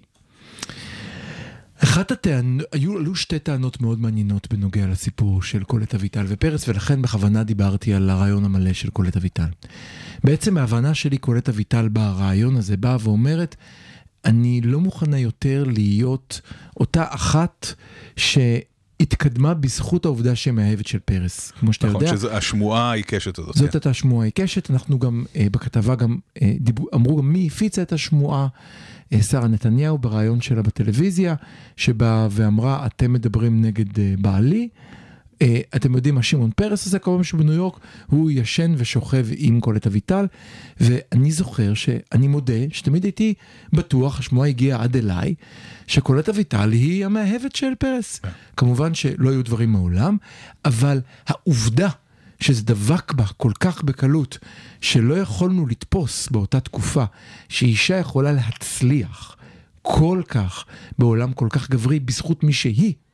אחת הטענות, היו, עלו שתי טענות מאוד מעניינות בנוגע לסיפור של קולט אביטל ופרס, ולכן בכוונה דיברתי על הרעיון המלא של קולט אביטל. בעצם ההבנה שלי, קולט אביטל ברעיון הזה באה ואומרת, אני לא מוכנה יותר להיות אותה אחת שהתקדמה בזכות העובדה שמאהבת של פרס, כמו שאתה נכון, יודע. נכון, השמועה העיקשת הזאת. זאת הייתה השמועה העיקשת, אנחנו גם אה, בכתבה גם אה, דיברו, אמרו גם מי הפיצה את השמועה, שרה נתניהו ברעיון שלה בטלוויזיה, שבאה ואמרה, אתם מדברים נגד בעלי, אתם יודעים מה שמעון פרס הזה, כל פעם שבניו יורק, הוא ישן ושוכב עם קולט אביטל, ואני זוכר שאני מודה, שתמיד הייתי בטוח, השמועה הגיעה עד אליי, שקולט אביטל היא המאהבת של פרס. כמובן שלא היו דברים מעולם, אבל העובדה, שזה דבק בה כל כך בקלות, שלא יכולנו לתפוס באותה תקופה, שאישה יכולה להצליח כל כך בעולם כל כך גברי, בזכות מי שהיא,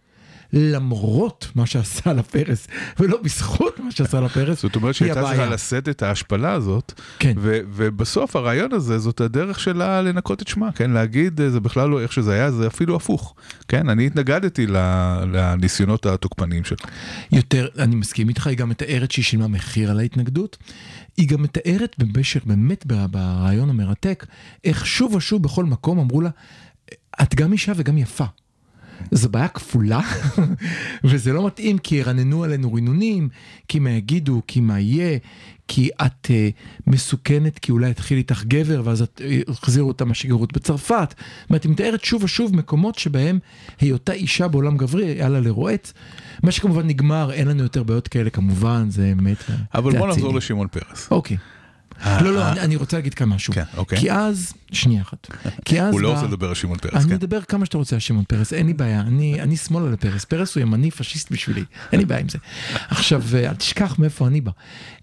למרות מה שעשה לה פרס, ולא בזכות מה שעשה לה פרס. זאת אומרת שהייתה צריכה לשאת את ההשפלה הזאת, כן. ו- ובסוף הרעיון הזה, זאת הדרך שלה לנקות את שמה, כן? להגיד, זה בכלל לא איך שזה היה, זה אפילו הפוך. כן? אני התנגדתי לניסיונות התוקפניים שלו. יותר, אני מסכים איתך, היא גם מתארת שהיא שילמה מחיר על ההתנגדות, היא גם מתארת במשך, באמת ברעיון המרתק, איך שוב ושוב בכל מקום אמרו לה, את גם אישה וגם יפה. זו בעיה כפולה, וזה לא מתאים, כי ירננו עלינו רינונים, כי מה יגידו, כי מה יהיה, כי את uh, מסוכנת, כי אולי התחיל איתך גבר, ואז את uh, החזירו אותה מהשגרירות בצרפת. זאת אומרת, היא מתארת שוב ושוב מקומות שבהם היותה אישה בעולם גברי, היה לה לרועץ. מה שכמובן נגמר, אין לנו יותר בעיות כאלה, כמובן, זה אמת. אבל בוא נחזור לשמעון פרס. אוקיי. לא, לא, אני רוצה להגיד כאן משהו. כי אז, שנייה אחת. הוא לא רוצה לדבר על שמעון פרס, אני אדבר כמה שאתה רוצה על שמעון פרס, אין לי בעיה. אני שמאל על הפרס. פרס הוא ימני פשיסט בשבילי. אין לי בעיה עם זה. עכשיו, אל תשכח מאיפה אני בא.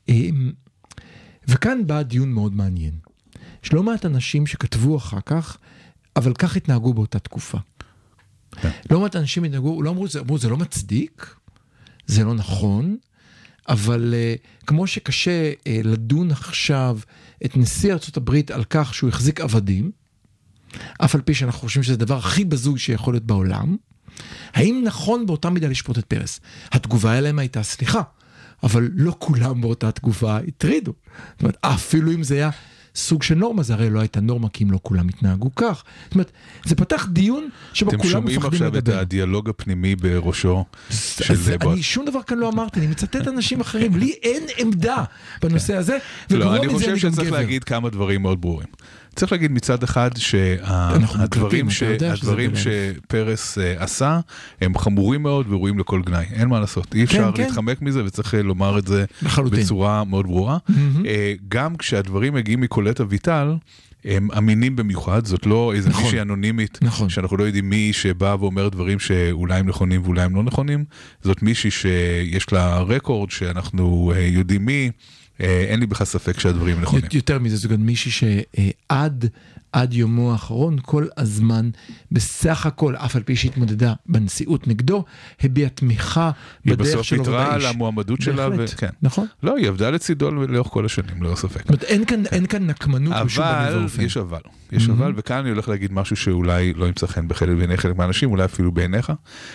וכאן בא דיון מאוד מעניין. יש לא מעט אנשים שכתבו אחר כך, אבל כך התנהגו באותה תקופה. לא מעט אנשים התנהגו, לא אמרו, אמרו, זה לא מצדיק, זה לא נכון, אבל uh, כמו שקשה uh, לדון עכשיו את נשיא ארצות הברית על כך שהוא החזיק עבדים, אף על פי שאנחנו חושבים שזה הדבר הכי בזוי שיכול להיות בעולם, האם נכון באותה מידה לשפוט את פרס? התגובה אליהם הייתה סליחה, אבל לא כולם באותה תגובה התרידו. זאת אומרת, אפילו אם זה היה סוג של נורמה, זה הרי לא הייתה נורמה, כי אם לא כולם התנהגו כך. זאת אומרת, זה פתח דיון שבו כולם מפחדים לדבר. אתם שומעים עכשיו את הדיאלוג הפנימי בראשו של בועז. אני שום דבר כאן לא אמרתי, אני מצטט אנשים אחרים, לי אין עמדה בנושא הזה, לא, אני חושב שצריך להגיד כמה דברים מאוד ברורים. צריך להגיד מצד אחד שהדברים שפרס עשה הם חמורים מאוד ורואים לכל גנאי, אין מה לעשות, אי אפשר להתחמק מזה וצריך לומר את זה בצורה מאוד ברורה. גם כשהדברים מגיעים מקולט אביטל, הם אמינים במיוחד, זאת לא איזה מישהי אנונימית, שאנחנו לא יודעים מי שבא ואומר דברים שאולי הם נכונים ואולי הם לא נכונים, זאת מישהי שיש לה רקורד שאנחנו יודעים מי, אין לי בכלל ספק שהדברים נכונים. יותר מזה, זו גם מישהי שעד עד יומו האחרון, כל הזמן, בסך הכל, אף על פי שהתמודדה בנשיאות נגדו, הביעה תמיכה בדרך שלו ובאיש. היא בסוף יתרה על המועמדות שלה. וכן. נכון. לא, היא עבדה לצידו לאורך כל השנים, לא ספק. זאת אומרת, אין כאן, אין כאן נקמנות בשום דבר ואופן. יש אבל, יש אבל, וכאן אני הולך להגיד משהו שאולי לא ימצא חן בעיני חלק מהאנשים, אולי אפילו בעיניך.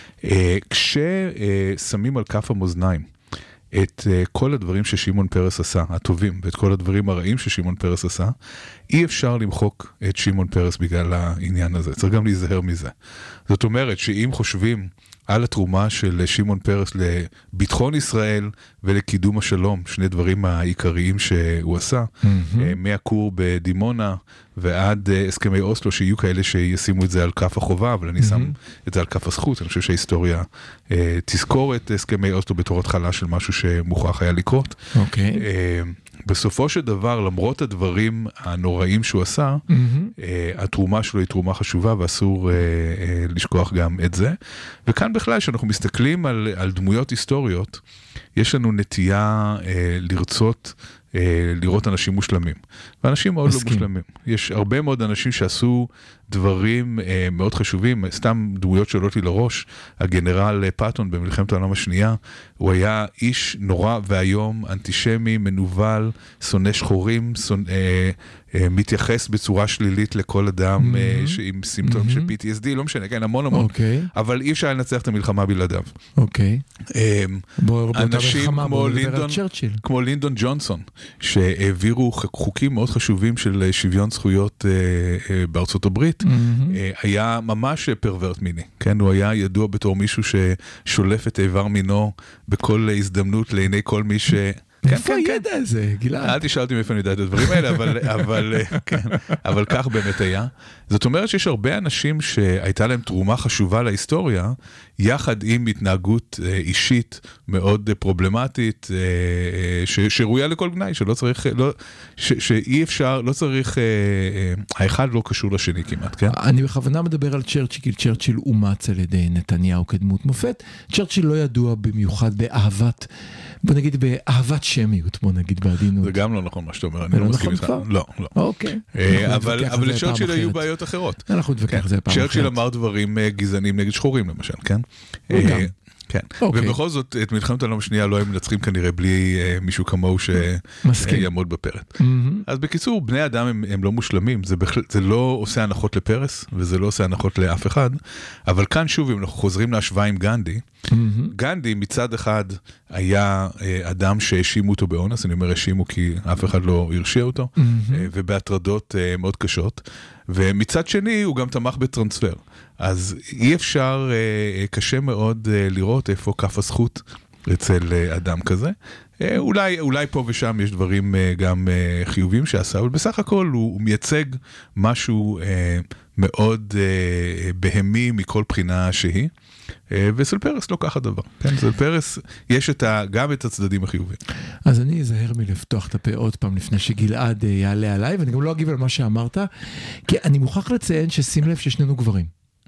כששמים על כף המאזניים את uh, כל הדברים ששימון פרס עשה, הטובים, ואת כל הדברים הרעים ששימון פרס עשה, אי אפשר למחוק את שימון פרס בגלל העניין הזה. צריך גם להיזהר מזה. זאת אומרת שאם חושבים על התרומה של שימון פרס לביטחון ישראל ולקידום השלום, שני דברים העיקריים שהוא עשה, mm-hmm. מהקור בדימונה ועד הסכמי אוסלו, שיהיו כאלה שישימו את זה על כף החובה, אבל אני mm-hmm. שם את זה על כף הזכות. אני חושב שההיסטוריה אה, תזכור את הסכמי אוסלו בתור התחלה של משהו שמוכרח היה לקרות. אוקיי. Okay. אה, בסופו של דבר, למרות הדברים הנוראים שהוא עשה, mm-hmm. אה, התרומה שלו היא תרומה חשובה, ואסור אה, אה, לשכוח גם את זה. וכאן בכלל, שאנחנו מסתכלים על, על דמויות היסטוריות, יש לנו נטייה אה, לרצות אה, לראות אנשים מושלמים. ואנשים מאוד מסכים. לא מושלמים. יש הרבה מאוד אנשים שעשו דברים אה, מאוד חשובים, סתם דמויות שעולות לי לראש, הגנרל פאטון במלחמת העולם השנייה, הוא היה איש נורא והיום, אנטישמי, מנוול, שונא שחורים, שונא, אה, אה, מתייחס בצורה שלילית לכל אדם mm-hmm. אה, עם סימפטום mm-hmm. של פי טי אס די, לא משנה, כן, המון המון, okay. אבל אי אפשר לנצח את המלחמה בלעדיו. אוקיי. Okay. אה, אנשים כמו לינדון, כמו לינדון ג'ונסון, שהעבירו חוקים מאוד חשובים של שוויון זכויות אה, אה, בארצות הברית, mm-hmm. אה, היה ממש פרוורט מיני, כן? הוא היה ידוע בתור מישהו ששולף את איבר מינו בכל הזדמנות לעיני כל מי ש... איפה הידע הזה, גלעד? אל תשאל אותי מאיפה אני יודע את הדברים האלה, אבל, אבל, כן, אבל כך באמת היה. זאת אומרת שיש הרבה אנשים שהייתה להם תרומה חשובה להיסטוריה, יחד עם התנהגות אישית מאוד פרובלמטית, ש, שראויה לכל גנאי, שלא צריך, לא, ש, שאי אפשר, לא צריך, האחד לא קשור לשני כמעט, כן? אני בכוונה מדבר על צ'רצ'יל, צ'רצ'יל אומץ על ידי נתניהו כדמות מופת. צ'רצ'יל לא ידוע במיוחד באהבת, בוא נגיד באהבת שמיות, בוא נגיד בעדינות. זה גם לא נכון מה שאתה אומר, אני לא מסכים איתך. לא, לא. אוקיי. אבל לצ'רצ'יל היו בעיות אחרות. אנחנו נתווכח על זה פעם אחרת. צ'רצ'יל אמר דברים גזענים נגד שחורים למשל, כן? כן, אוקיי. ובכל זאת, את מלחמת העולם השנייה לא הם מנצחים כנראה בלי uh, מישהו כמוהו שיעמוד בפרט. Mm-hmm. אז בקיצור, בני אדם הם, הם לא מושלמים, זה, בכלל, זה לא עושה הנחות לפרס, וזה לא עושה הנחות לאף אחד, אבל כאן שוב, אם אנחנו חוזרים להשוואה עם גנדי, mm-hmm. גנדי מצד אחד היה uh, אדם שהאשימו אותו באונס, אני אומר האשימו כי אף אחד לא הרשיע אותו, mm-hmm. uh, ובהטרדות uh, מאוד קשות, ומצד שני הוא גם תמך בטרנספר. אז אי אפשר, קשה מאוד לראות איפה כף הזכות אצל אדם כזה. אולי, אולי פה ושם יש דברים גם חיובים שעשה, אבל בסך הכל הוא, הוא מייצג משהו מאוד בהמי מכל בחינה שהיא. ואצל פרס לא ככה דבר. כן, אצל פרס יש את ה, גם את הצדדים החיובים. אז אני אזהר מלפתוח את הפה עוד פעם לפני שגלעד יעלה עליי, ואני גם לא אגיב על מה שאמרת, כי אני מוכרח לציין ששים לב ששנינו גברים.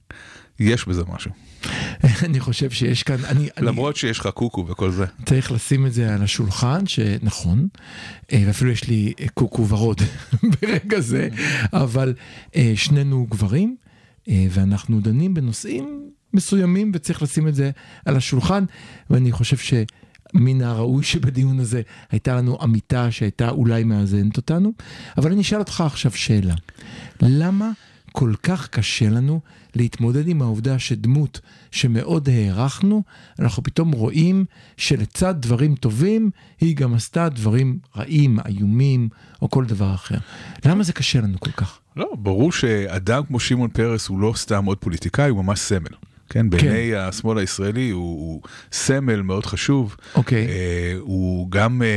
יש בזה משהו. אני חושב שיש כאן... אני, למרות אני, שיש לך קוקו וכל זה. צריך לשים את זה על השולחן, שנכון, ואפילו יש לי קוקו ורוד ברגע זה, אבל שנינו גברים, ואנחנו דנים בנושאים מסוימים, וצריך לשים את זה על השולחן, ואני חושב שמן הראוי שבדיון הזה הייתה לנו עמיתה שהייתה אולי מאזנת אותנו, אבל אני אשאל אותך עכשיו שאלה. למה כל כך קשה לנו להתמודד עם העובדה שדמות שמאוד הערכנו, אנחנו פתאום רואים שלצד דברים טובים, היא גם עשתה דברים רעים, איומים, או כל דבר אחר. למה זה קשה לנו כל כך? לא, ברור שאדם כמו שמעון פרס הוא לא סתם עוד פוליטיקאי, הוא ממש סמל. כן, בעיני כן. השמאל הישראלי הוא, הוא סמל מאוד חשוב. אוקיי. אה, הוא גם, אה,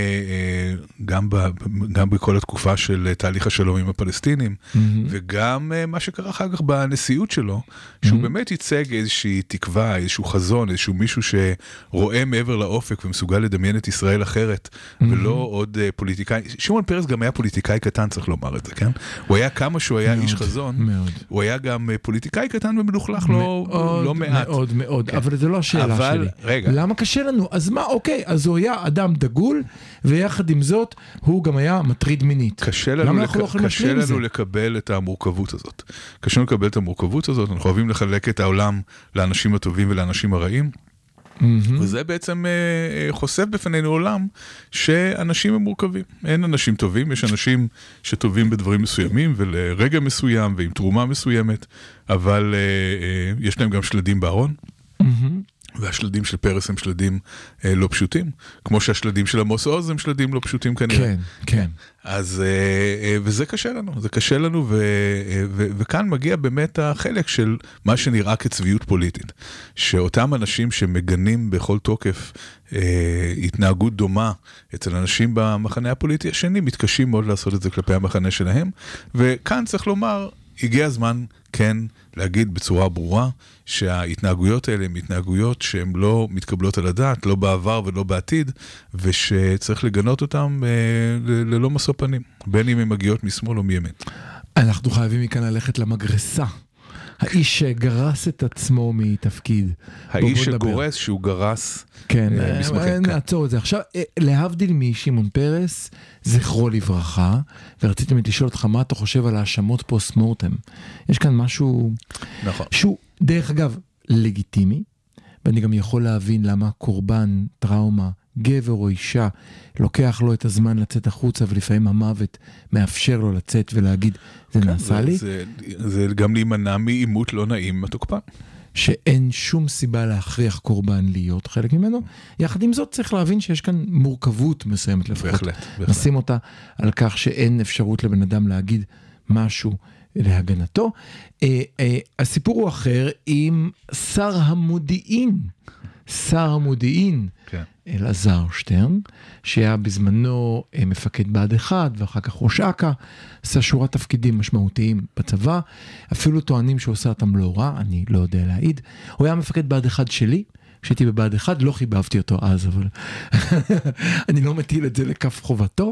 גם, ב, גם בכל התקופה של תהליך השלום עם הפלסטינים, mm-hmm. וגם אה, מה שקרה אחר כך בנשיאות שלו, שהוא mm-hmm. באמת ייצג איזושהי תקווה, איזשהו חזון, איזשהו מישהו שרואה מעבר לאופק ומסוגל לדמיין את ישראל אחרת, mm-hmm. ולא עוד אה, פוליטיקאי. שמעון פרס גם היה פוליטיקאי קטן, צריך לומר את זה, כן? הוא היה כמה שהוא היה מאוד, איש חזון, מאוד. הוא היה גם אה, פוליטיקאי קטן ומלוכלך, לא, לא מעט. מאוד מאוד, כן. אבל זה לא השאלה אבל, שלי. רגע. למה קשה לנו? אז מה, אוקיי, אז הוא היה אדם דגול, ויחד עם זאת, הוא גם היה מטריד מינית. קשה לנו, לק... לא קשה לנו לקבל את המורכבות הזאת. קשה לנו לקבל את המורכבות הזאת, אנחנו אוהבים לחלק את העולם לאנשים הטובים ולאנשים הרעים, mm-hmm. וזה בעצם uh, חושף בפנינו עולם שאנשים הם מורכבים. אין אנשים טובים, יש אנשים שטובים בדברים מסוימים ולרגע מסוים ועם תרומה מסוימת, אבל uh, uh, יש להם גם שלדים בארון, mm-hmm. והשלדים של פרס הם שלדים uh, לא פשוטים, כמו שהשלדים של עמוס עוז הם שלדים לא פשוטים כנראה. כן, כן. אז, uh, uh, וזה קשה לנו, זה קשה לנו, ו, uh, ו, וכאן מגיע באמת החלק של מה שנראה כצביעות פוליטית, שאותם אנשים שמגנים בכל תוקף uh, התנהגות דומה אצל אנשים במחנה הפוליטי השני, מתקשים מאוד לעשות את זה כלפי המחנה שלהם, וכאן צריך לומר, הגיע הזמן, כן, להגיד בצורה ברורה, שההתנהגויות האלה הן התנהגויות שהן לא מתקבלות על הדעת, לא בעבר ולא בעתיד, ושצריך לגנות אותם אה, ללא משוא פנים, בין אם הן מגיעות משמאל או מימין. אנחנו חייבים מכאן ללכת למגרסה. האיש שגרס את עצמו מתפקיד. האיש שגורס שהוא גרס כן, נעצור את זה. עכשיו, להבדיל משמעון פרס, זכרו לברכה, ורציתי לשאול אותך מה אתה חושב על האשמות פוסט מורטם. יש כאן משהו נכון. שהוא, דרך אגב, לגיטימי, ואני גם יכול להבין למה קורבן, טראומה, גבר או אישה, לוקח לו את הזמן לצאת החוצה, ולפעמים המוות מאפשר לו לצאת ולהגיד, זה כן, נעשה זה, לי. זה, זה גם להימנע מאימות לא נעים מתוקפן. שאין שום סיבה להכריח קורבן להיות חלק ממנו. יחד עם זאת צריך להבין שיש כאן מורכבות מסוימת לפחות. בהחלט, בהחלט. נשים אותה על כך שאין אפשרות לבן אדם להגיד משהו להגנתו. אה, אה, הסיפור הוא אחר עם שר המודיעין. שר המודיעין. כן. אלעזר שטרן, שהיה בזמנו מפקד בה"ד אחד, ואחר כך ראש אכ"א, עשה שורת תפקידים משמעותיים בצבא, אפילו טוענים שהוא עושה אותם לא רע, אני לא יודע להעיד. הוא היה מפקד בה"ד אחד שלי, כשהייתי בבה"ד אחד, לא חיבבתי אותו אז, אבל אני לא מטיל את זה לכף חובתו.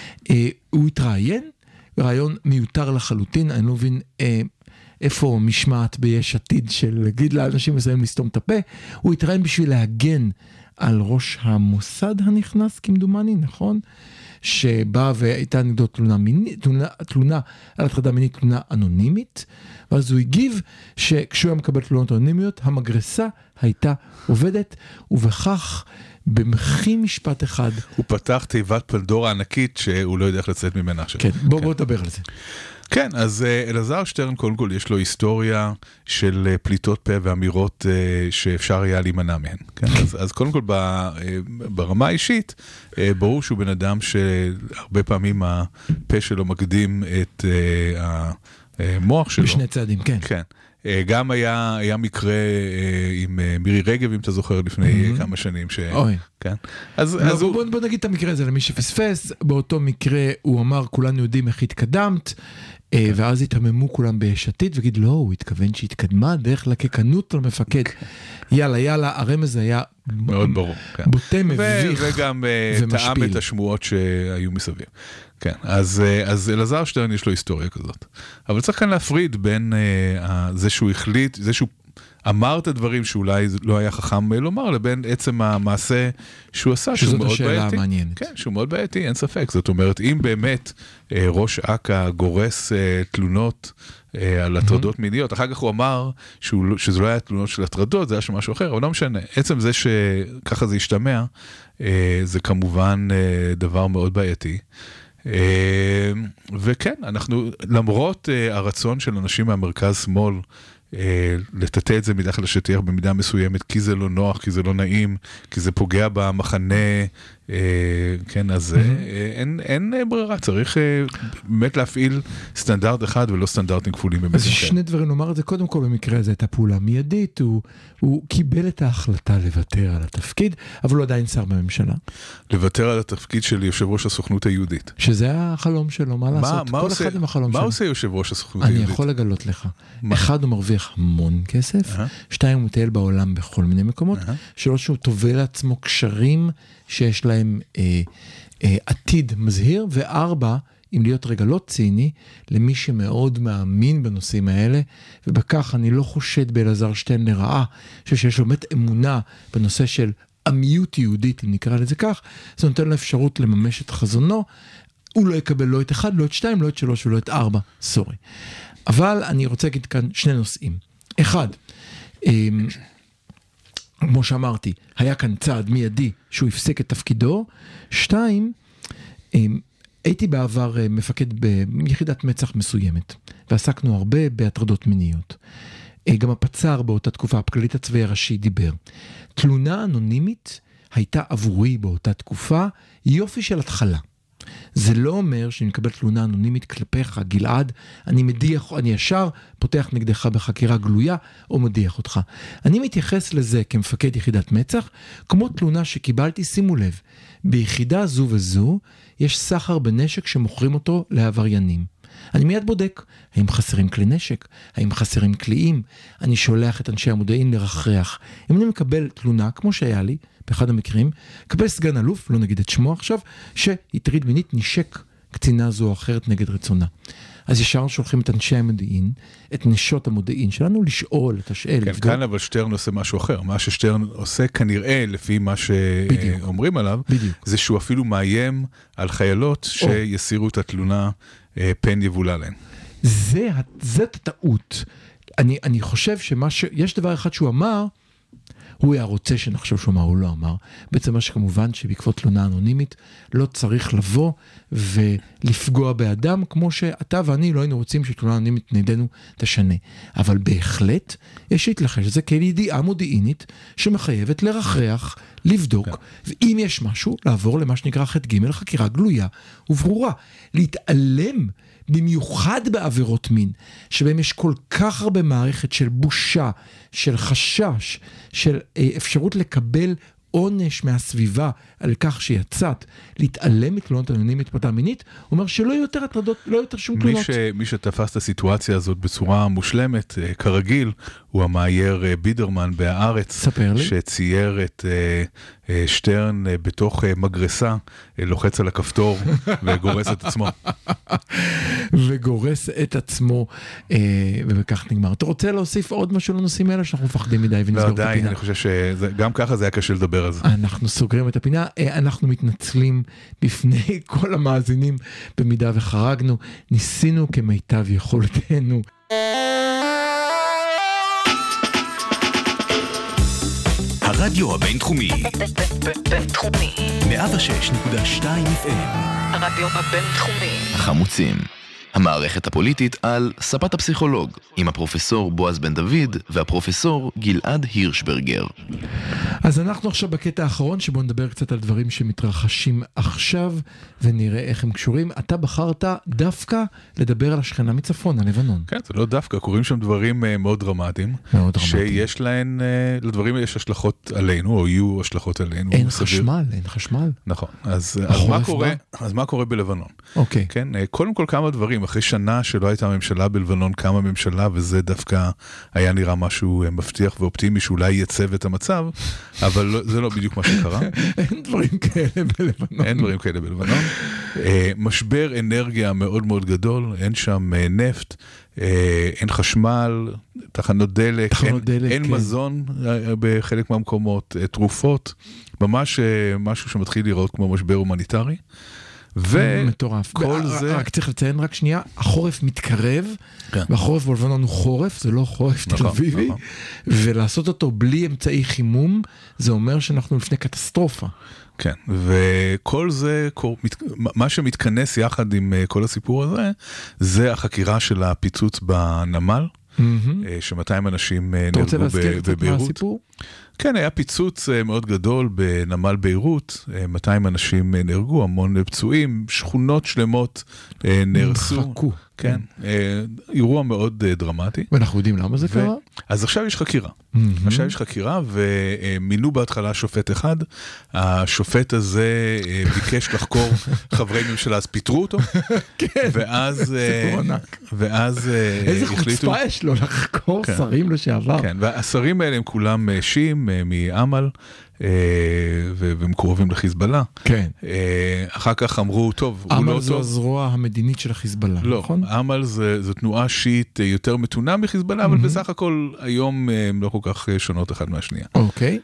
הוא התראיין, רעיון מיותר לחלוטין, אני לא מבין איפה משמעת ביש עתיד של להגיד לאנשים מסוים לסתום את הפה, הוא התראיין בשביל להגן על ראש המוסד הנכנס, כמדומני, נכון? שבאה והייתה נגדו תלונה, מיני, תלונה, תלונה על הטרדה מינית, תלונה אנונימית, ואז הוא הגיב שכשהוא היה מקבל תלונות אנונימיות, המגרסה הייתה עובדת, ובכך במחי משפט אחד. הוא פתח תיבת פנדורה ענקית שהוא לא יודע איך לצאת ממנה. כן, בוא, כן. בוא נדבר על זה. כן, אז אלעזר שטרן קודם כל יש לו היסטוריה של פליטות פה ואמירות שאפשר היה להימנע מהן. כן? אז, אז קודם כל ברמה האישית, ברור שהוא בן אדם שהרבה פעמים הפה שלו מקדים את המוח שלו. בשני צעדים, כן. כן. גם היה, היה מקרה עם מירי רגב, אם אתה זוכר, לפני mm-hmm. כמה שנים. ש... אוי. כן. אז, לא, אז בוא, הוא... בוא, בוא נגיד את המקרה הזה למי שפספס. באותו מקרה הוא אמר, כולנו יודעים איך התקדמת, כן. ואז התעממו כולם בישתית, וגיד, לא, הוא התכוון שהתקדמה דרך לקקנות למפקד. יאללה, יאללה, הרמז היה מאוד ברור. כן. בוטה, מביך ו- וגם ומשפיל. טעם את השמועות שהיו מסביב. כן, אז, אז אלעזר שטרן יש לו היסטוריה כזאת. אבל צריך כאן להפריד בין uh, זה שהוא החליט, זה שהוא אמר את הדברים שאולי לא היה חכם לומר, לבין עצם המעשה שהוא עשה, שהוא מאוד בעייתי. המעניינת. כן, שהוא מאוד בעייתי, אין ספק. זאת אומרת, אם באמת uh, ראש אכ"א גורס uh, תלונות uh, על הטרדות mm-hmm. מיניות, אחר כך הוא אמר שהוא, שזה לא היה תלונות של הטרדות, זה היה משהו אחר, אבל לא משנה. עצם זה שככה זה השתמע, uh, זה כמובן uh, דבר מאוד בעייתי. וכן, אנחנו, למרות הרצון של אנשים מהמרכז שמאל לטטא את זה מתחת לשטיח במידה מסוימת, כי זה לא נוח, כי זה לא נעים, כי זה פוגע במחנה, כן, אז אין, אין ברירה, צריך באמת להפעיל סטנדרט אחד ולא סטנדרטים כפולים. אז שני דברים, נאמר את זה, קודם כל במקרה הזה, את הפעולה מיידית, הוא, הוא קיבל את ההחלטה לוותר על התפקיד, אבל הוא עדיין שר בממשלה. לוותר על התפקיד של יושב ראש הסוכנות היהודית. שזה החלום שלו, מה לעשות? מה כל עושה, אחד עם החלום מה שלו. מה עושה יושב ראש הסוכנות אני היהודית? יכול לגלות לך. מה? אחד, הוא מרוויח המון כסף, שתיים, הוא מטייל בעולם בכל מיני מקומות, שלוש, הוא תובע לעצמו קשרים שיש להם אה, אה, עתיד מזהיר, וארבע, אם להיות רגע לא ציני, למי שמאוד מאמין בנושאים האלה, ובכך אני לא חושד באלעזר שטרן לרעה, שיש לו באמת אמונה בנושא של עמיות יהודית, אם נקרא לזה כך, זה נותן לו אפשרות לממש את חזונו, הוא לא יקבל לא את אחד, לא את שתיים, לא את שלוש ולא את ארבע, סורי. אבל אני רוצה להגיד כאן שני נושאים. אחד, כמו שאמרתי, היה כאן צעד מיידי שהוא הפסק את תפקידו. שתיים, הייתי בעבר מפקד ביחידת מצ"ח מסוימת, ועסקנו הרבה בהטרדות מיניות. גם הפצ"ר באותה תקופה, הפרקליט הצבאי הראשי, דיבר. תלונה אנונימית הייתה עבורי באותה תקופה יופי של התחלה. זה לא אומר שאני מקבל תלונה אנונימית כלפיך, גלעד, אני מדיח, אני ישר פותח נגדך בחקירה גלויה, או מדיח אותך. אני מתייחס לזה כמפקד יחידת מצ"ח, כמו תלונה שקיבלתי, שימו לב, ביחידה זו וזו, יש סחר בנשק שמוכרים אותו לעבריינים. אני מיד בודק, האם חסרים כלי נשק, האם חסרים כליים, אני שולח את אנשי המודיעין לרחרח. אם אני מקבל תלונה, כמו שהיה לי, באחד המקרים, קבל סגן אלוף, לא נגיד את שמו עכשיו, שהטריד מינית נשק קצינה זו או אחרת נגד רצונה. אז ישר שולחים את אנשי המודיעין, את נשות המודיעין שלנו, לשאול, לתשאל. כן, לבדוק. כאן אבל שטרן עושה משהו אחר. מה ששטרן עושה כנראה, לפי מה שאומרים עליו, בדיוק. זה שהוא אפילו מאיים על חיילות או. שיסירו את התלונה פן יבולה להן. זה, זה טעות. אני, אני חושב שמה ש... יש דבר אחד שהוא אמר, הוא היה רוצה שנחשוב שהוא אמר, הוא לא אמר. בעצם מה שכמובן שבעקבות תלונה אנונימית לא צריך לבוא ולפגוע באדם, כמו שאתה ואני לא היינו רוצים שתלונה אנונימית נגדנו תשנה. אבל בהחלט יש להתלחש, זה כידיעה מודיעינית שמחייבת לרחרח, לבדוק, ואם יש משהו, לעבור למה שנקרא ח' ג' חקירה גלויה וברורה. להתעלם במיוחד בעבירות מין, שבהם יש כל כך הרבה מערכת של בושה, של חשש, של אה, אפשרות לקבל עונש מהסביבה על כך שיצאת, להתעלם מתלונות אנונימית פרטה מינית, הוא אומר שלא יותר הטרדות, לא יותר שום תלונות. מי, ש, מי שתפס את הסיטואציה הזאת בצורה מושלמת, אה, כרגיל, הוא המאייר אה, בידרמן בהארץ, ספר לי. שצייר את שטרן בתוך מגרסה לוחץ על הכפתור וגורס את עצמו. וגורס את עצמו, ובכך נגמר. אתה רוצה להוסיף עוד משהו לנושאים האלה שאנחנו מפחדים מדי ונסגור את הפינה? לא, די, אני חושב שגם ככה זה היה קשה לדבר על זה. אנחנו סוגרים את הפינה, אנחנו מתנצלים בפני כל המאזינים במידה וחרגנו, ניסינו כמיטב יכולתנו. הרדיו הבינתחומי בינתחומי מאה ושש נקודה שתיים אף אם. הרדיו הבינתחומי. החמוצים, המערכת הפוליטית על ספת הפסיכולוג, עם הפרופסור בועז בן דוד והפרופסור גלעד הירשברגר. אז אנחנו עכשיו בקטע האחרון שבו נדבר קצת על דברים שמתרחשים עכשיו ונראה איך הם קשורים. אתה בחרת דווקא לדבר על השכנה מצפון, הלבנון. כן, זה לא דווקא, קוראים שם דברים מאוד דרמטיים. מאוד דרמטיים. שיש להן, לדברים יש השלכות עלינו, או יהיו השלכות עלינו. אין חשמל, אין חשמל. נכון, אז, אז מה קורה, אז מה קורה בלבנון? אוקיי. כן, קודם כל כמה דברים, אחרי שנה שלא הייתה ממשלה בלבנון, קמה ממשלה, וזה דווקא היה נראה משהו מבטיח ואופטימי, שאולי ייצב את המצב, אבל לא, זה לא בדיוק מה שקרה. אין דברים כאלה בלבנון. אין דברים כאלה בלבנון. משבר אנרגיה מאוד מאוד גדול, אין שם נפט, אין חשמל, תחנות דלק, תחנות אין, דלק, אין כן. מזון בחלק מהמקומות, תרופות, ממש משהו שמתחיל לראות כמו משבר הומניטרי. מטורף. כל זה... רק צריך לציין רק שנייה, החורף מתקרב, כן. והחורף בלבנון הוא חורף, זה לא חורף תל אביבי, נכון. ולעשות אותו בלי אמצעי חימום, זה אומר שאנחנו לפני קטסטרופה. כן, וכל זה, מה שמתכנס יחד עם כל הסיפור הזה, זה החקירה של הפיצוץ בנמל, ש-מאתיים אנשים נהרגו בביירות. אתה רוצה להזכיר קצת מה הסיפור? כן, היה פיצוץ מאוד גדול בנמל ביירות, מאתיים אנשים נהרגו, המון פצועים, שכונות שלמות נהרסו. נמחקו. כן, אירוע מאוד דרמטי. ואנחנו יודעים למה זה קרה? אז עכשיו יש חקירה. עכשיו יש חקירה, ומינו בהתחלה שופט אחד. השופט הזה ביקש לחקור חברי ממשלה, אז פיטרו אותו. כן, סיפור ענק. ואז איזה החליטו... חוצפה יש לו לחקור שרים לשעבר. כן, והשרים האלה הם כולם שיעים מאמל, והם קרובים לחיזבאללה. כן. אחר כך אמרו, טוב, הוא לא טוב. אמל זו הזרוע המדינית של החיזבאללה, נכון? לא, אמל זו תנועה שיעית יותר מתונה מחיזבאללה, אבל בסך הכל היום הם לא כל כך שונות אחד מהשנייה. אוקיי.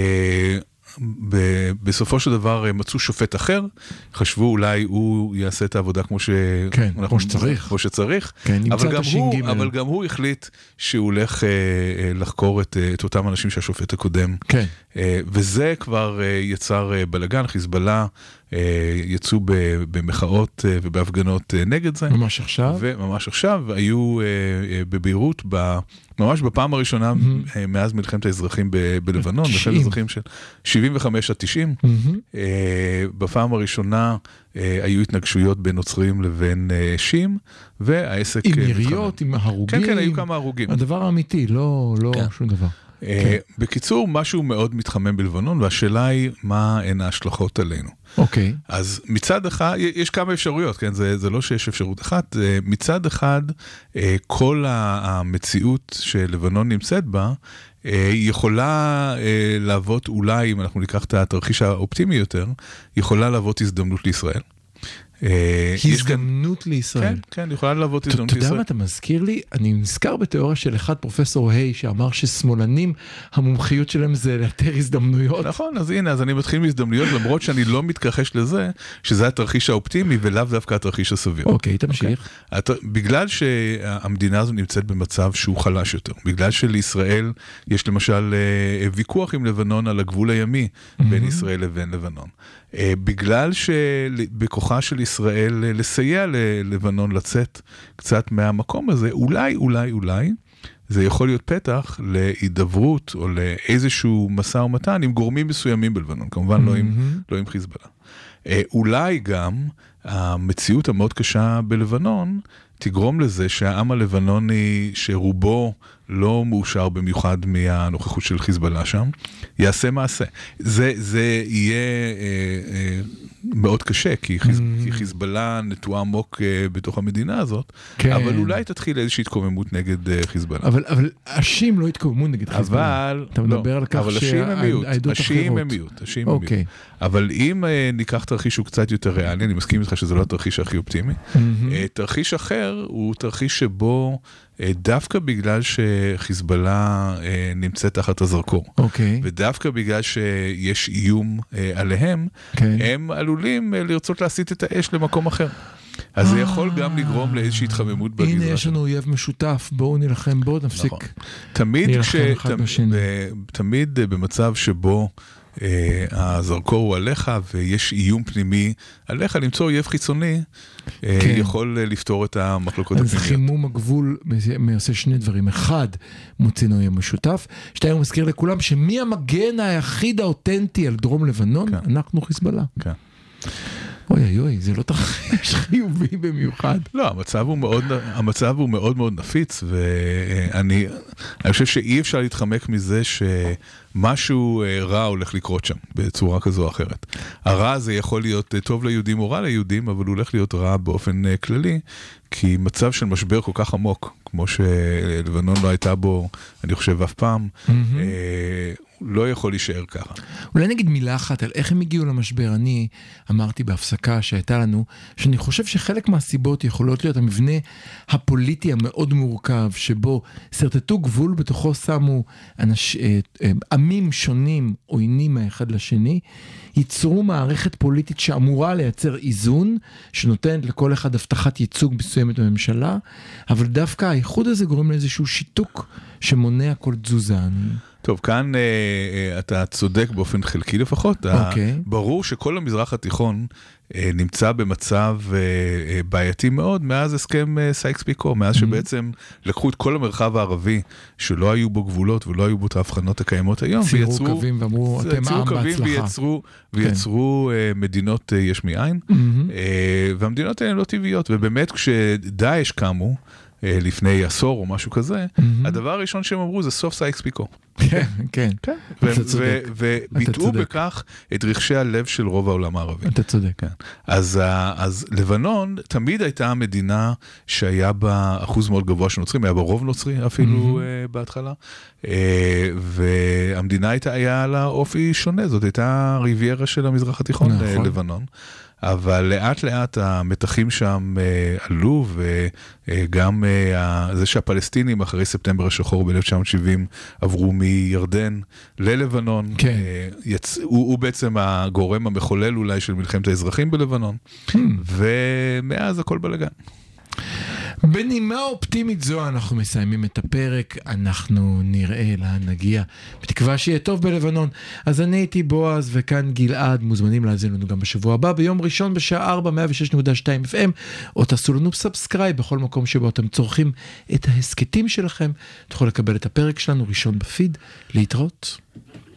בסופו של דבר מצאו שופט אחר, חשבו אולי הוא יעשה את העבודה כמו ש... כן, כמו שצריך. כמו שצריך. כן, נמצא את השינגים. אבל גם הוא החליט שהוא הולך לחקור את, את אותם אנשים שהשופט הקודם. כן. וזה כבר יצר בלגן, חיזבאללה יצאו במחאות ובהפגנות נגד זה. ממש עכשיו? וממש עכשיו היו בביירות, ממש בפעם הראשונה מאז מלחמת האזרחים בלבנון, מלחמת האזרחים של שבעים וחמש עד תשעים, בפעם הראשונה היו התנגשויות בין נוצרים לבין שיעים, והעסק... עם יריות, עם הרוגים. כן, כן, היו כמה הרוגים. הדבר האמיתי, לא שום דבר. בקיצור, משהו מאוד מתחמם בלבנון, והשאלה היא מה הן ההשלכות עלינו. אוקיי. אז מצד אחד, יש כמה אפשרויות, כן? זה, זה לא שיש אפשרות אחת. מצד אחד, כל המציאות שלבנון נמצאת בה, יכולה להוות אולי, אם אנחנו ניקח את התרחיש האופטימי יותר, יכולה להוות הזדמנות לישראל. הזדמנות לישראל. כן, כן, יכולה להוות הזדמנות לישראל. אתה יודע מה אתה מזכיר לי? אני נזכר בתיאוריה של אחד פרופסור היי, שאמר ששמאלנים, המומחיות שלהם זה לאתר הזדמנויות. נכון, אז הנה, אז אני מתחיל מהזדמנויות, למרות שאני לא מתכחש לזה, שזה התרחיש האופטימי, ולאו דווקא התרחיש הסביר. אוקיי, תמשיך. בגלל שהמדינה הזו נמצאת במצב שהוא חלש יותר, בגלל שלישראל יש למשל ויכוח עם לבנון על הגבול הימי, בין ישראל לבין לבנון. בגלל שבכוחה של ישראל לסייע ללבנון לצאת קצת מהמקום הזה, אולי, אולי, אולי, זה יכול להיות פתח להידברות או לאיזשהו מסע ומתן עם גורמים מסוימים בלבנון, כמובן לא עם, לא עם חיזבאללה. אולי גם המציאות המאוד קשה בלבנון תגרום לזה שהעם הלבנוני שרובו לא מאושר במיוחד מהנוכחות של חיזבאללה שם, יעשה מעשה. זה, זה יהיה אה, אה, מאוד קשה, כי, חיז, mm. כי חיזבאללה נטועה עמוק אה, בתוך המדינה הזאת, כן. אבל אולי תתחיל איזושהי התקוממות נגד אה, חיזבאללה. אבל, אבל השיעים לא התקוממו נגד חיזבאללה. אבל, אתה מדבר לא, על כך שהעדות השיעים הם מיעוט, השיעים הם okay. מיעוט. אבל אם אה, ניקח תרחיש שהוא קצת יותר ריאלי, אני מסכים איתך שזה לא התרחיש הכי אופטימי, mm-hmm. אה, תרחיש אחר הוא תרחיש שבו דווקא בגלל שחיזבאללה אה, נמצאת תחת הזרקור, okay. ודווקא בגלל שיש איום אה, עליהם, okay. הם עלולים אה, לרצות להסיט את האש למקום אחר. אז זה יכול גם לגרום לאיזושהי התחממות בגזרה. הנה יש לנו אויב משותף, בואו נלחם, בואו נפסיק. נכון. תמיד, כש, תמיד, תמיד במצב שבו אה, הזרקור הוא עליך ויש איום פנימי עליך, למצוא אויב חיצוני, אה, כן. יכול לפתור את המחלוקות הפנימיות. אז חימום הגבול מעושה שני דברים. אחד, מוצא אויב משותף. שתיים, הוא מזכיר לכולם שמי המגן היחיד האותנטי על דרום לבנון? כן. אנחנו חיזבאללה. כן. אוי אוי אוי, זה לא תרחיש חיובי במיוחד. לא, המצב הוא מאוד, המצב הוא מאוד מאוד נפיץ, ואני אני חושב שאי אפשר להתחמק מזה שמשהו רע הולך לקרות שם, בצורה כזו או אחרת. הרע הזה יכול להיות טוב ליהודים או רע ליהודים, אבל הוא הולך להיות רע באופן כללי, כי מצב של משבר כל כך עמוק, כמו שלבנון לא הייתה בו, אני חושב אף פעם, mm-hmm. אה, לא יכול להישאר ככה. אולי נגיד מילה אחת על איך הם הגיעו למשבר. אני אמרתי בהפסקה שהייתה לנו, שאני חושב שחלק מהסיבות יכולות להיות המבנה הפוליטי המאוד מורכב, שבו סרטטו גבול, בתוכו שמו אנש, עמים שונים, עוינים מהאחד לשני, ייצרו מערכת פוליטית שאמורה לייצר איזון, שנותנת לכל אחד הבטחת ייצוג מסוימת בממשלה, אבל דווקא האיחוד הזה גורם לאיזשהו שיתוק שמונע כל תזוזה. טוב, כאן אה, אתה צודק באופן חלקי לפחות. Okay. ברור שכל המזרח התיכון אה, נמצא במצב אה, אה, בעייתי מאוד מאז הסכם אה, סייקס-פיקו, מאז mm-hmm. שבעצם לקחו את כל המרחב הערבי שלא היו בו גבולות ולא היו בו את ההבחנות הקיימות היום. צירו ויצרו, קווים ואמרו, אתם עם בהצלחה. ויצרו, ויצרו okay. אה, מדינות אה, יש מאין, mm-hmm. אה, והמדינות האלה לא טבעיות, ובאמת כשדאעש קמו, לפני עשור או משהו כזה, הדבר הראשון שהם אמרו זה סוף סייקס-פיקו. כן, כן. וביטאו בכך את רכשי הלב של רוב העולם הערבי. אתה צודק. אז לבנון תמיד הייתה מדינה שהיה בה אחוז מאוד גבוה של נוצרים, היה בה רוב נוצרי אפילו בהתחלה, והמדינה היה לה אופי שונה, זאת הייתה ריביירה של המזרח התיכון לבנון. אבל לאט לאט המתחים שם אה, עלו, וגם אה, זה שהפלסטינים אחרי ספטמבר השחור ב-אלף תשע מאות שבעים עברו מירדן ללבנון, כן. אה, יצ... הוא, הוא בעצם הגורם המחולל אולי של מלחמת האזרחים בלבנון, hmm. ומאז הכל בלגן. בנימה אופטימית זו אנחנו מסיימים את הפרק, אנחנו נראה לאן נגיע, בתקווה שיהיה טוב בלבנון. אז אני הייתי בועז וכאן גלעד, מוזמנים להאזין לנו גם בשבוע הבא, ביום ראשון בשעה ארבע, מאה ושש נקודה שתיים אף אם, או תעשו לנו סאבסקרייב בכל מקום שבו אתם צורכים את ההסקטים שלכם, תוכלו לקבל את הפרק שלנו ראשון בפיד, להתראות.